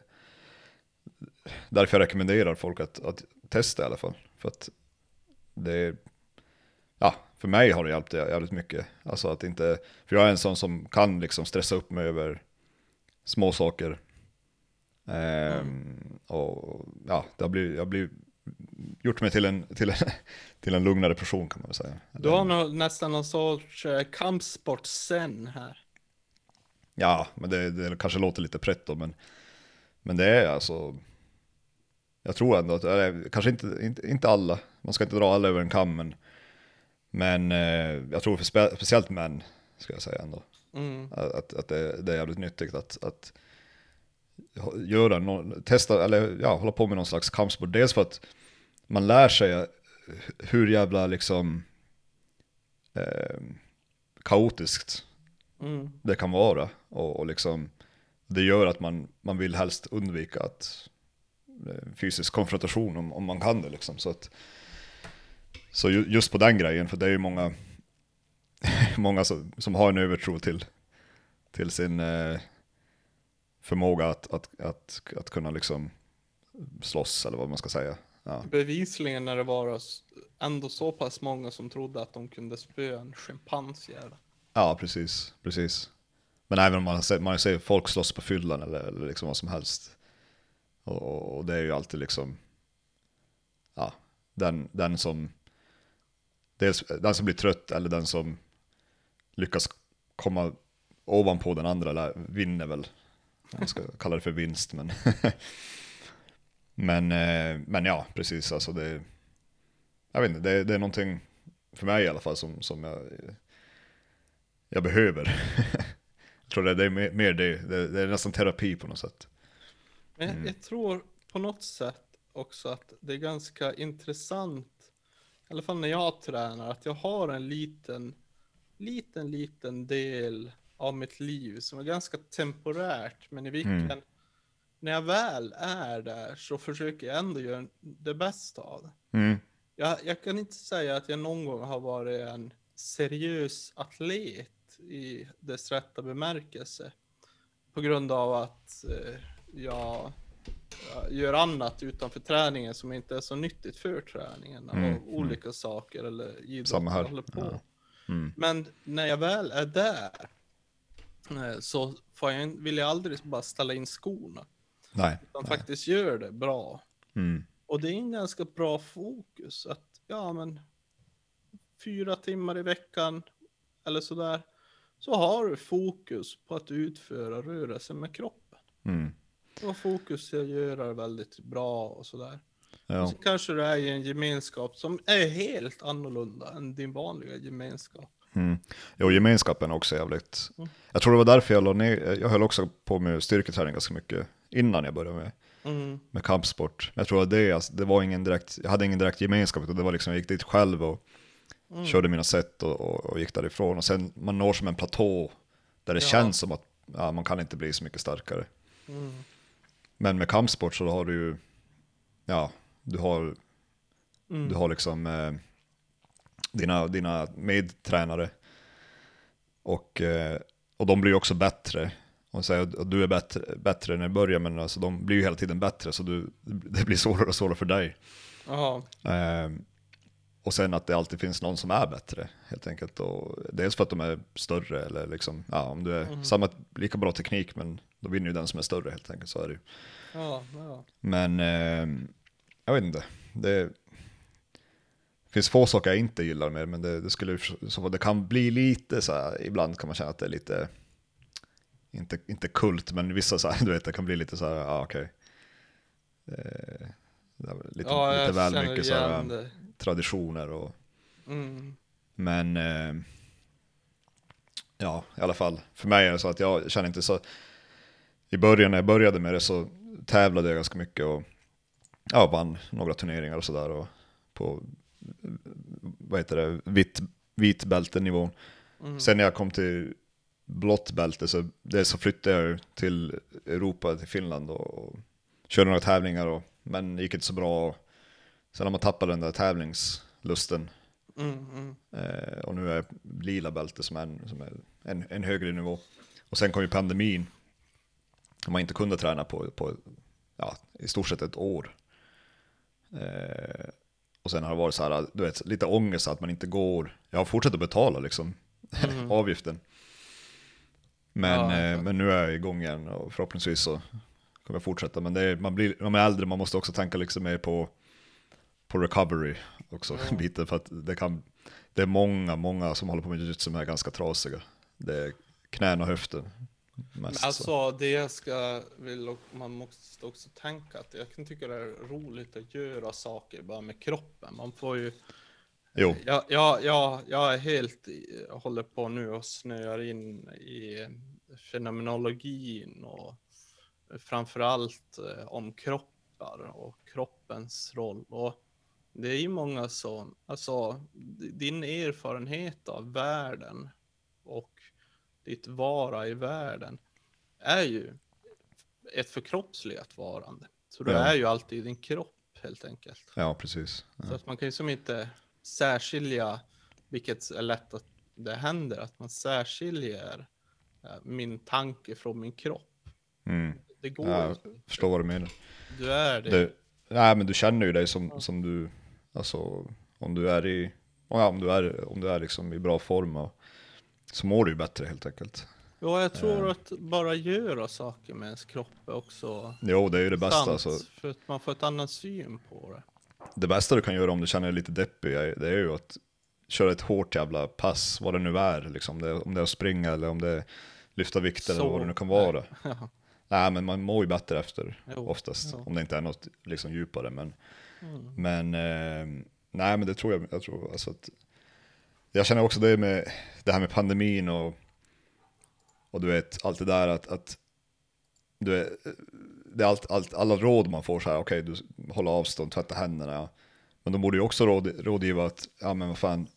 därför jag rekommenderar folk att, att testa i alla fall. För att det är, ja, för mig har det hjälpt jävligt mycket. Alltså att inte, för jag är en sån som kan liksom stressa upp mig över små saker. Ehm, Mm. Och ja, det har blivit, jag blir gjort mig till en, till en, till en lugnare person kan man väl säga. Du har nog nästan någon sorts eh, kampsport-sen här. Ja, men det, det kanske låter lite pretto, men, men det är alltså, jag tror ändå att, eller, kanske inte, inte, inte alla, man ska inte dra alla över en kam, men, men eh, jag tror för spe, speciellt män, ska jag säga ändå, Mm. att, att det, det är jävligt nyttigt att, att göra någon, testa, eller ja, hålla på med någon slags kampsport, dels för att man lär sig hur jävla liksom eh, kaotiskt Mm. det kan vara, och, och liksom det gör att man, man vill helst undvika att eh, fysisk konfrontation om, om man kan det liksom, så att så ju, just på den grejen, för det är ju många många som, som har en övertro till till sin eh, förmåga att, att, att, att kunna liksom slåss, eller vad man ska säga. Ja. Bevisligen när det var s- ändå så pass många som trodde att de kunde spöa en schimpansjävel. Ja, precis, precis. Men även om man ser, man ser folk slåss på fyllan eller, eller liksom vad som helst. Och, och det är ju alltid liksom, ja, den, den som dels den som blir trött eller den som lyckas komma ovanpå den andra eller vinner väl. Jag ska kalla det för vinst, men men, eh, men ja, precis, alltså det, jag vet inte, det, det är någonting för mig i alla fall som, som jag jag behöver. Jag tror det, det är mer, mer det, det, det är nästan terapi på något sätt. Men jag, jag tror på något sätt också att det är ganska intressant, i alla fall när jag tränar, att jag har en liten, liten, liten del av mitt liv som är ganska temporärt, men i vilken, Mm. när jag väl är där så försöker jag ändå göra det bästa av det. Mm. Jag, jag kan inte säga att jag någon gång har varit en seriös atlet i dess rätta bemärkelse. På grund av att eh, jag, jag gör annat utanför träningen som inte är så nyttigt för träningen. Mm, Av olika saker eller idrott Samma här. jag håller på. Ja. Mm. Men när jag väl är där eh, så får jag, vill jag aldrig bara ställa in skorna. Nej. Utan nej. faktiskt gör det bra. Mm. Och det är en ganska bra fokus. Att ja men fyra timmar i veckan eller sådär, så har du fokus på att utföra rörelser med kroppen. Mm. Du har fokus till att göra det väldigt bra och sådär. Ja. Och så kanske du är i en gemenskap som är helt annorlunda än din vanliga gemenskap. Mm. Jo, gemenskapen är också jävligt. Mm. Jag tror det var därför jag la ner, jag höll också på med styrketräning ganska mycket innan jag började med, Mm. med kampsport. Men jag tror att det, alltså, det var ingen direkt, jag hade ingen direkt gemenskap, utan det var liksom, jag gick dit själv och Mm. körde mina set och, och, och gick därifrån. Och sen man når som en platå där det Ja. känns som att ja, man kan inte bli så mycket starkare. Mm. Men med kampsport så har du ju, ja, du har, Mm. du har liksom eh, dina, dina medtränare och, eh, och de blir ju också bättre. Och säga att du är bättre, bättre när du börjar, men alltså, de blir ju hela tiden bättre, så du, det blir svårare och svårare för dig. Jaha. Eh, och sen att det alltid finns någon som är bättre, helt enkelt. Och dels för att de är större, eller liksom, ja, om du är Mm. samma, lika bra teknik, men då vinner ju den som är större, helt enkelt, så är det ju. Ja, ja. Men eh, jag vet inte, det finns få saker jag inte gillar med, men det, det skulle så det kan bli lite så här, ibland kan man känna att det är lite inte, inte kult, men vissa så här, du vet, det kan bli lite så här, ja okej. Eh, det är lite, Ja, lite jag väl känner mycket så igen här, det. traditioner och Mm. men eh, ja, i alla fall för mig är det så att jag känner inte så. I början när jag började med det så tävlade jag ganska mycket och ja, vann några turneringar och sådär, och på vad heter det, vitt, vit bältenivån. Mm. Sen när jag kom till blått bälte så, det så flyttade jag till Europa, till Finland, och körde några tävlingar, och, men det gick inte så bra. Sen har man tappat den där tävlingslusten. Mm. Mm. Eh, och nu är jag lila bälte som är, en, som är en, en högre nivå. Och sen kom ju pandemin, och man inte kunde träna på, på ja, i stort sett ett år. Eh, och sen har det varit så här, du vet, lite ångest att man inte går. Jag har fortsatt att betala liksom Mm. avgiften. Men, Ja, eh, men nu är jag igång igen, och förhoppningsvis så kommer jag fortsätta. Men det är, man blir, när man är äldre, man måste också tänka liksom mer på på recovery också, Ja. biten, för att det kan, det är många, många som håller på med jiu-jitsu som är ganska trasiga. Det är knän och höften mest. Alltså så. det jag ska vill och man måste också tänka att jag kan tycka det är roligt att göra saker bara med kroppen. Man får ju Jo, Ja, ja, ja, jag är helt, i- jag håller på nu och snöar in i fenomenologin och framförallt eh, om kroppar och kroppens roll. Och det är ju många som, alltså d- din erfarenhet av världen och ditt vara i världen är ju ett förkroppsligat varande. Så du ja, är ju alltid i din kropp helt enkelt. ja precis. Så Ja. att man kan ju som inte särskilja, vilket är lätt att det händer, att man särskiljer eh, min tanke från min kropp. Mm. Det går ju Ja, inte. förstår vad du menar. Du är det. Det, nej, men du känner ju dig som, som du, alltså om du är i, ja, om du är, om du är liksom i bra form, och, så mår du ju bättre helt enkelt. Ja, jag tror att bara göra saker med ens kropp är också Jo, det är ju det bästa. sant, Alltså, för att man får ett annat syn på det. det bästa du kan göra om du känner dig lite deppig, är- det är ju att köra ett hårt jävla pass, vad det nu är, liksom. Det, om det är att springa eller om det är lyfta vikter eller vad det nu kan vara. Ja. Nej, men man mår ju bättre efter, Jo, oftast, jo. om det inte är något liksom djupare. Men, Mm. men eh, nej, men det tror jag, jag tror alltså att, jag känner också det med det här med pandemin och, och du vet, allt det där att, att du vet, det är allt, allt, alla råd man får så här, okej, du håller avstånd, tvätta händerna, ja. Men de borde ju också råd, rådgiva att, ja men vad fan,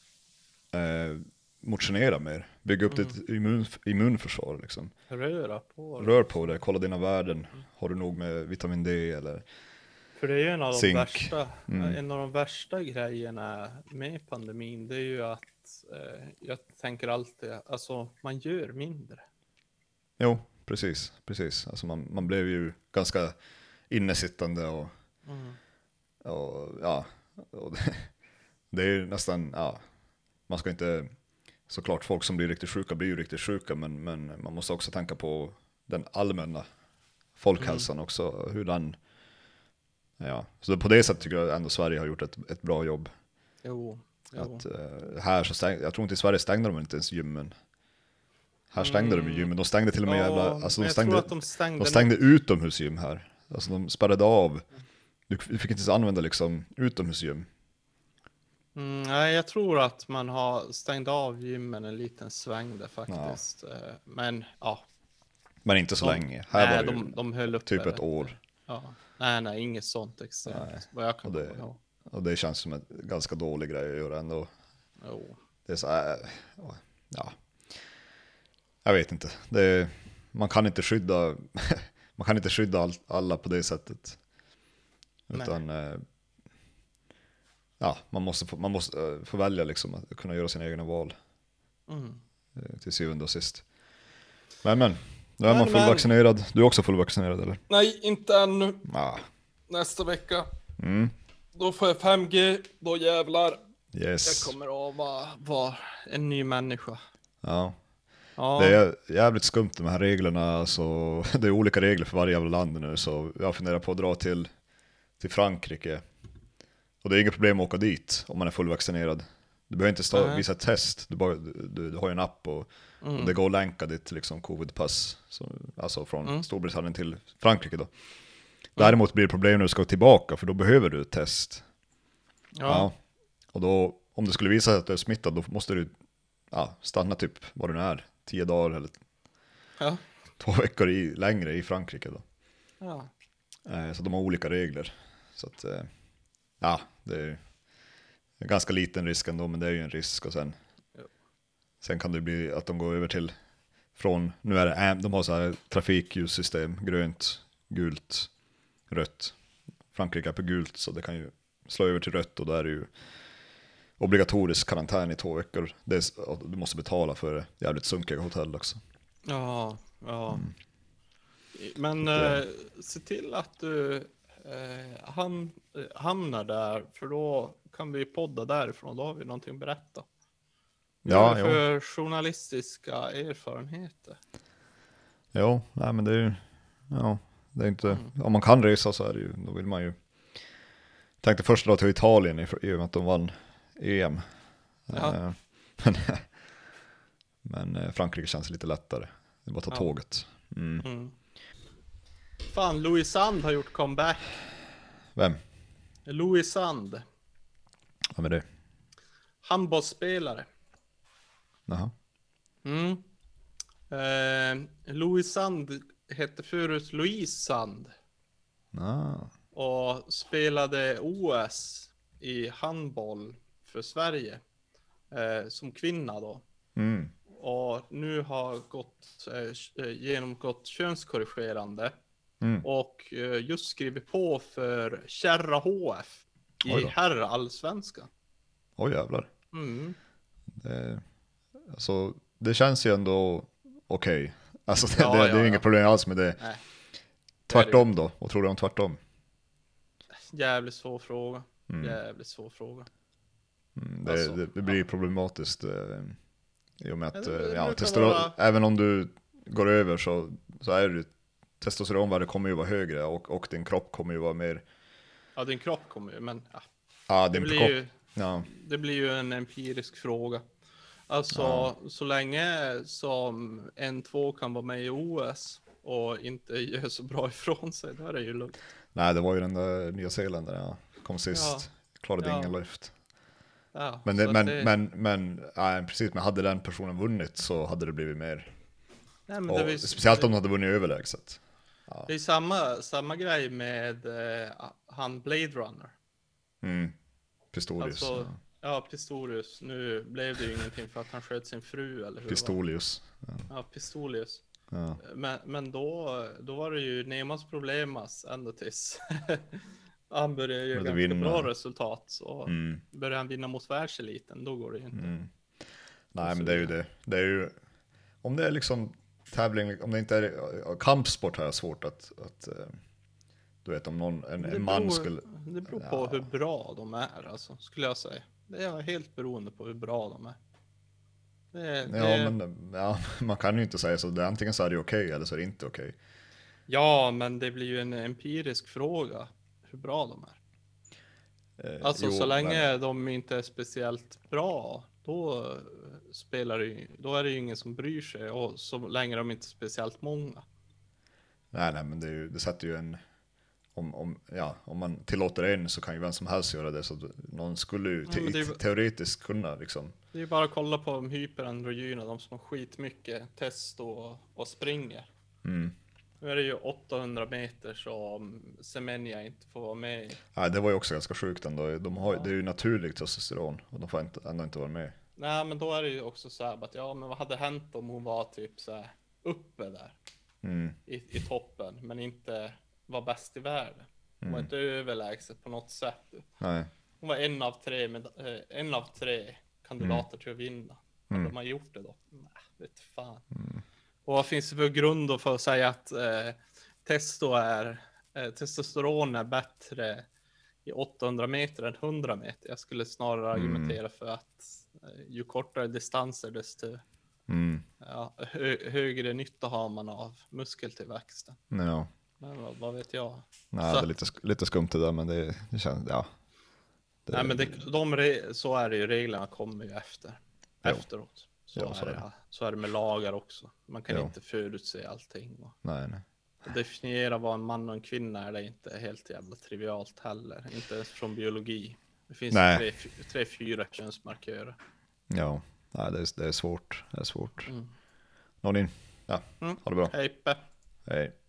eh, motionera mer, bygga upp Mm. ditt immun, immunförsvar liksom. Röra på det. Rör på det, kolla dina värden, har du nog med vitamin D eller För det är ju en av de zink. värsta, Mm. en av de värsta grejerna med pandemin, det är ju att eh, jag tänker alltid, alltså man gör mindre. Jo, precis, precis. Alltså man, man blev ju ganska innesittande och, Mm. och ja, och det, det är ju nästan, ja, man ska inte, såklart folk som blir riktigt sjuka blir ju riktigt sjuka, men, men man måste också tänka på den allmänna folkhälsan också, hur den, ja, så på det sättet tycker jag ändå Sverige har gjort ett, ett bra jobb. Jo, jo. Att, eh, här så stäng, jag tror inte i Sverige stängde de inte ens gymmen. Här stängde de ju gymmen, de stängde till och med Ja, jävla, alltså men de jag stängde, tror att de stängde, de stängde utomhusgym här. Alltså de spärrade av, du du fick inte ens använda liksom utomhusgym. Mm, nej, jag tror att man har stängt av gymmen en liten sväng där faktiskt. Eh, Men ja, Men inte så de, länge. Här nej, var det ju de, de höll uppe typ ett det. år. Ja. Nej, nej, inget sånt extremt. Nej, Vad jag kan och det- komma ihåg. Och det känns som en ganska dålig grej att göra ändå. Jo. Det är så här, ja. Jag vet inte. Det är, man kan inte skydda, man kan inte skydda all, alla på det sättet. Utan, eh, ja, man måste, få, man måste eh, få välja liksom att kunna göra sina egna val Mm. eh, till syvende och sist. Men men, nu är Men, man fullvaccinerad. Du är också fullvaccinerad eller? Nej, inte ännu. Ja. Nästa vecka. Mm. Då får jag fem G, då jävlar. Yes. Jag kommer att vara, vara en ny människa. Ja. Ja, Det är jävligt skumt de här reglerna, alltså, det är olika regler för varje jävla land nu, så jag funderar på att dra till, till Frankrike. Och det är inget problem att åka dit om man är fullvaccinerad. Du behöver inte stå, Nej. visa ett test, du, bara, du, du har ju en app och, Mm. och det går att länka ditt liksom, covid-pass, så, alltså från Mm. Storbritannien till Frankrike då. Däremot blir det problem när du ska tillbaka, för då behöver du ett test. ja. Ja. Och då, om det skulle visa sig att du är smittad, då måste du ja, stanna typ vad det nu är, tio dagar eller Ja. två veckor i, längre i Frankrike då. Ja. Eh, så de har olika regler. Så att, eh, ja, det är en ganska liten risk ändå, men det är ju en risk. Och sen, Jo. sen kan det bli att de går över till, från, nu är det, am- de har så här trafikljussystem, grönt, gult, rött. Frankrike är på gult, så det kan ju slå över till rött, och då är det ju obligatorisk karantän i två veckor. Det är, och du måste betala för det. Jävligt sunkiga hotell också. Ja, ja. Mm. Men Det- eh, se till att du eh, ham, eh, hamnar där, för då kan vi podda därifrån. Då har vi någonting att berätta. Vad Ja, är det jo. för journalistiska erfarenheter? Jo, nej men det är ju, ja, det är inte, Mm. om man kan resa så är det ju, då vill man ju Tänkte först dra till Italien i, i och med att de vann E M. Ja. Eh, men, men eh, Frankrike känns lite lättare. Det är bara att ta Ja. tåget. Mm. Mm. Fan, Louis Sand har gjort comeback. Vem? Louis Sand, Vem är det? handbollsspelare. Jaha. Mm. Eh, Louis Sand hette förut Louise Sand Ah. och spelade O S i handboll för Sverige eh, som kvinna då. Mm. Och nu har gått, eh, genomgått könskorrigerande Mm. och eh, just skrivit på för Kärra H F Oj i då. herrallsvenskan. Oj jävlar. Mm. Det, alltså, det känns ju ändå okej. Alltså det, Ja, det, ja, det är ju ja. inget problem alls med det. Nej, Tvärtom då? Vad tror du om tvärtom? jävligt svår fråga. Mm. Jävligt svår fråga. Mm, det, Alltså, det, det blir problematiskt eh, i och med att Ja, det- det eh, ja, brukar testosteron, vara- även om du går över så, så är det testosteronvärdet kommer ju vara högre och, och din kropp kommer ju vara mer. Ja, din kropp kommer ju, men ja, Ja, det din blir kropp. ju, Ja, det blir ju en empirisk fråga. Alltså, Ja. så länge som N två kan vara med i O S och inte gör så bra ifrån sig, då är det ju lugnt. nej det var ju den där Nya Zeeland där ja, kom sist. Klarade Ja. ingen lyft. Ja, Men, så det, att men, det, men, men, nej, precis, men hade den personen vunnit så hade det blivit mer. nej, men Och, det, är, speciellt om de hade vunnit överlägset. Ja. det är samma, samma grej med eh, han Blade Runner. Mm. Pistorius. Alltså, ja. ja, Pistorius. Nu blev det ju ingenting för att han sköt sin fru, eller hur? det var. Pistolius. Ja. Ja, Pistolius. Ja. Men, men då, då var det ju Nemas problemas ända tills han började göra Började ganska vinna. bra resultat. Så Mm. börjar han vinna mot världseliten, då går det ju inte. Mm. Nej så men det är ju vidare. det. Det är ju, om det är liksom tävling, om det inte är ja, kampsport har jag svårt att, att eh, du vet om någon, en, Det en man beror, skulle, det beror på Ja. hur bra de är, alltså, skulle jag säga. Det är helt beroende på hur bra de är. Det, det, ja men ja, man kan ju inte säga så, det är antingen så är det okej eller så är det inte okej. ja, men det blir ju en empirisk fråga hur bra de är. Eh, Alltså jo, så länge men, de inte är speciellt bra, då spelar det ju, då är det ju ingen som bryr sig, och så länge de inte är speciellt många. nej nej men det, är ju, det sätter ju en, om, om, ja, om man tillåter en så kan ju vem som helst göra det, så att någon skulle ju Ja, te, men det är ju- teoretiskt kunna liksom. Det är ju bara att kolla på de hyperandrogyna, de som har skitmycket testo och, och springer. Mm. Nu är det ju åttahundra meter som Semenya inte får vara med i. Nej, det var ju också ganska sjukt ändå. De har, det är ju naturligt testosteron och de får inte, ändå inte vara med. Nej, men då är det ju också så här att ja, men vad hade hänt om hon var typ så här uppe där Mm. i, i toppen, men inte var bäst i världen. Hon var Mm. inte överlägset på något sätt. Nej. Hon var en av tre, med, eh, en av tre kandidater till att vinna. Mm. Hade man gjort det då? Nej, vet fan. Och vad finns det för grund då för att säga att eh, testo är, eh, testosteron är bättre i åttahundra meter än hundra meter? Jag skulle snarare argumentera för att eh, ju kortare distanser desto Mm. ja, hö högre nytta har man av muskeltillväxten. Ja. Men vad, vad vet jag? Nej, Så det är lite, sk- lite skumt det där, men det, det känns, ja. Det, Nej, men det, de re- så är det ju, reglerna kommer ju efter. Jo. Efteråt. Så, Ja, så är är det. det. Så är det med lagar också. Man kan Jo. inte förutse allting. Och Nej, nej. definiera vad en man och en kvinna är, det är inte helt jävla trivialt heller. Inte ens från biologi. Det finns Nej. tre, fy- tre, fyra könsmarkörer. Ja, nej, det, är, det är svårt. Det är svårt. Mm. Någon in? Ja, Mm. ha det bra. Hej Pepp. Hej.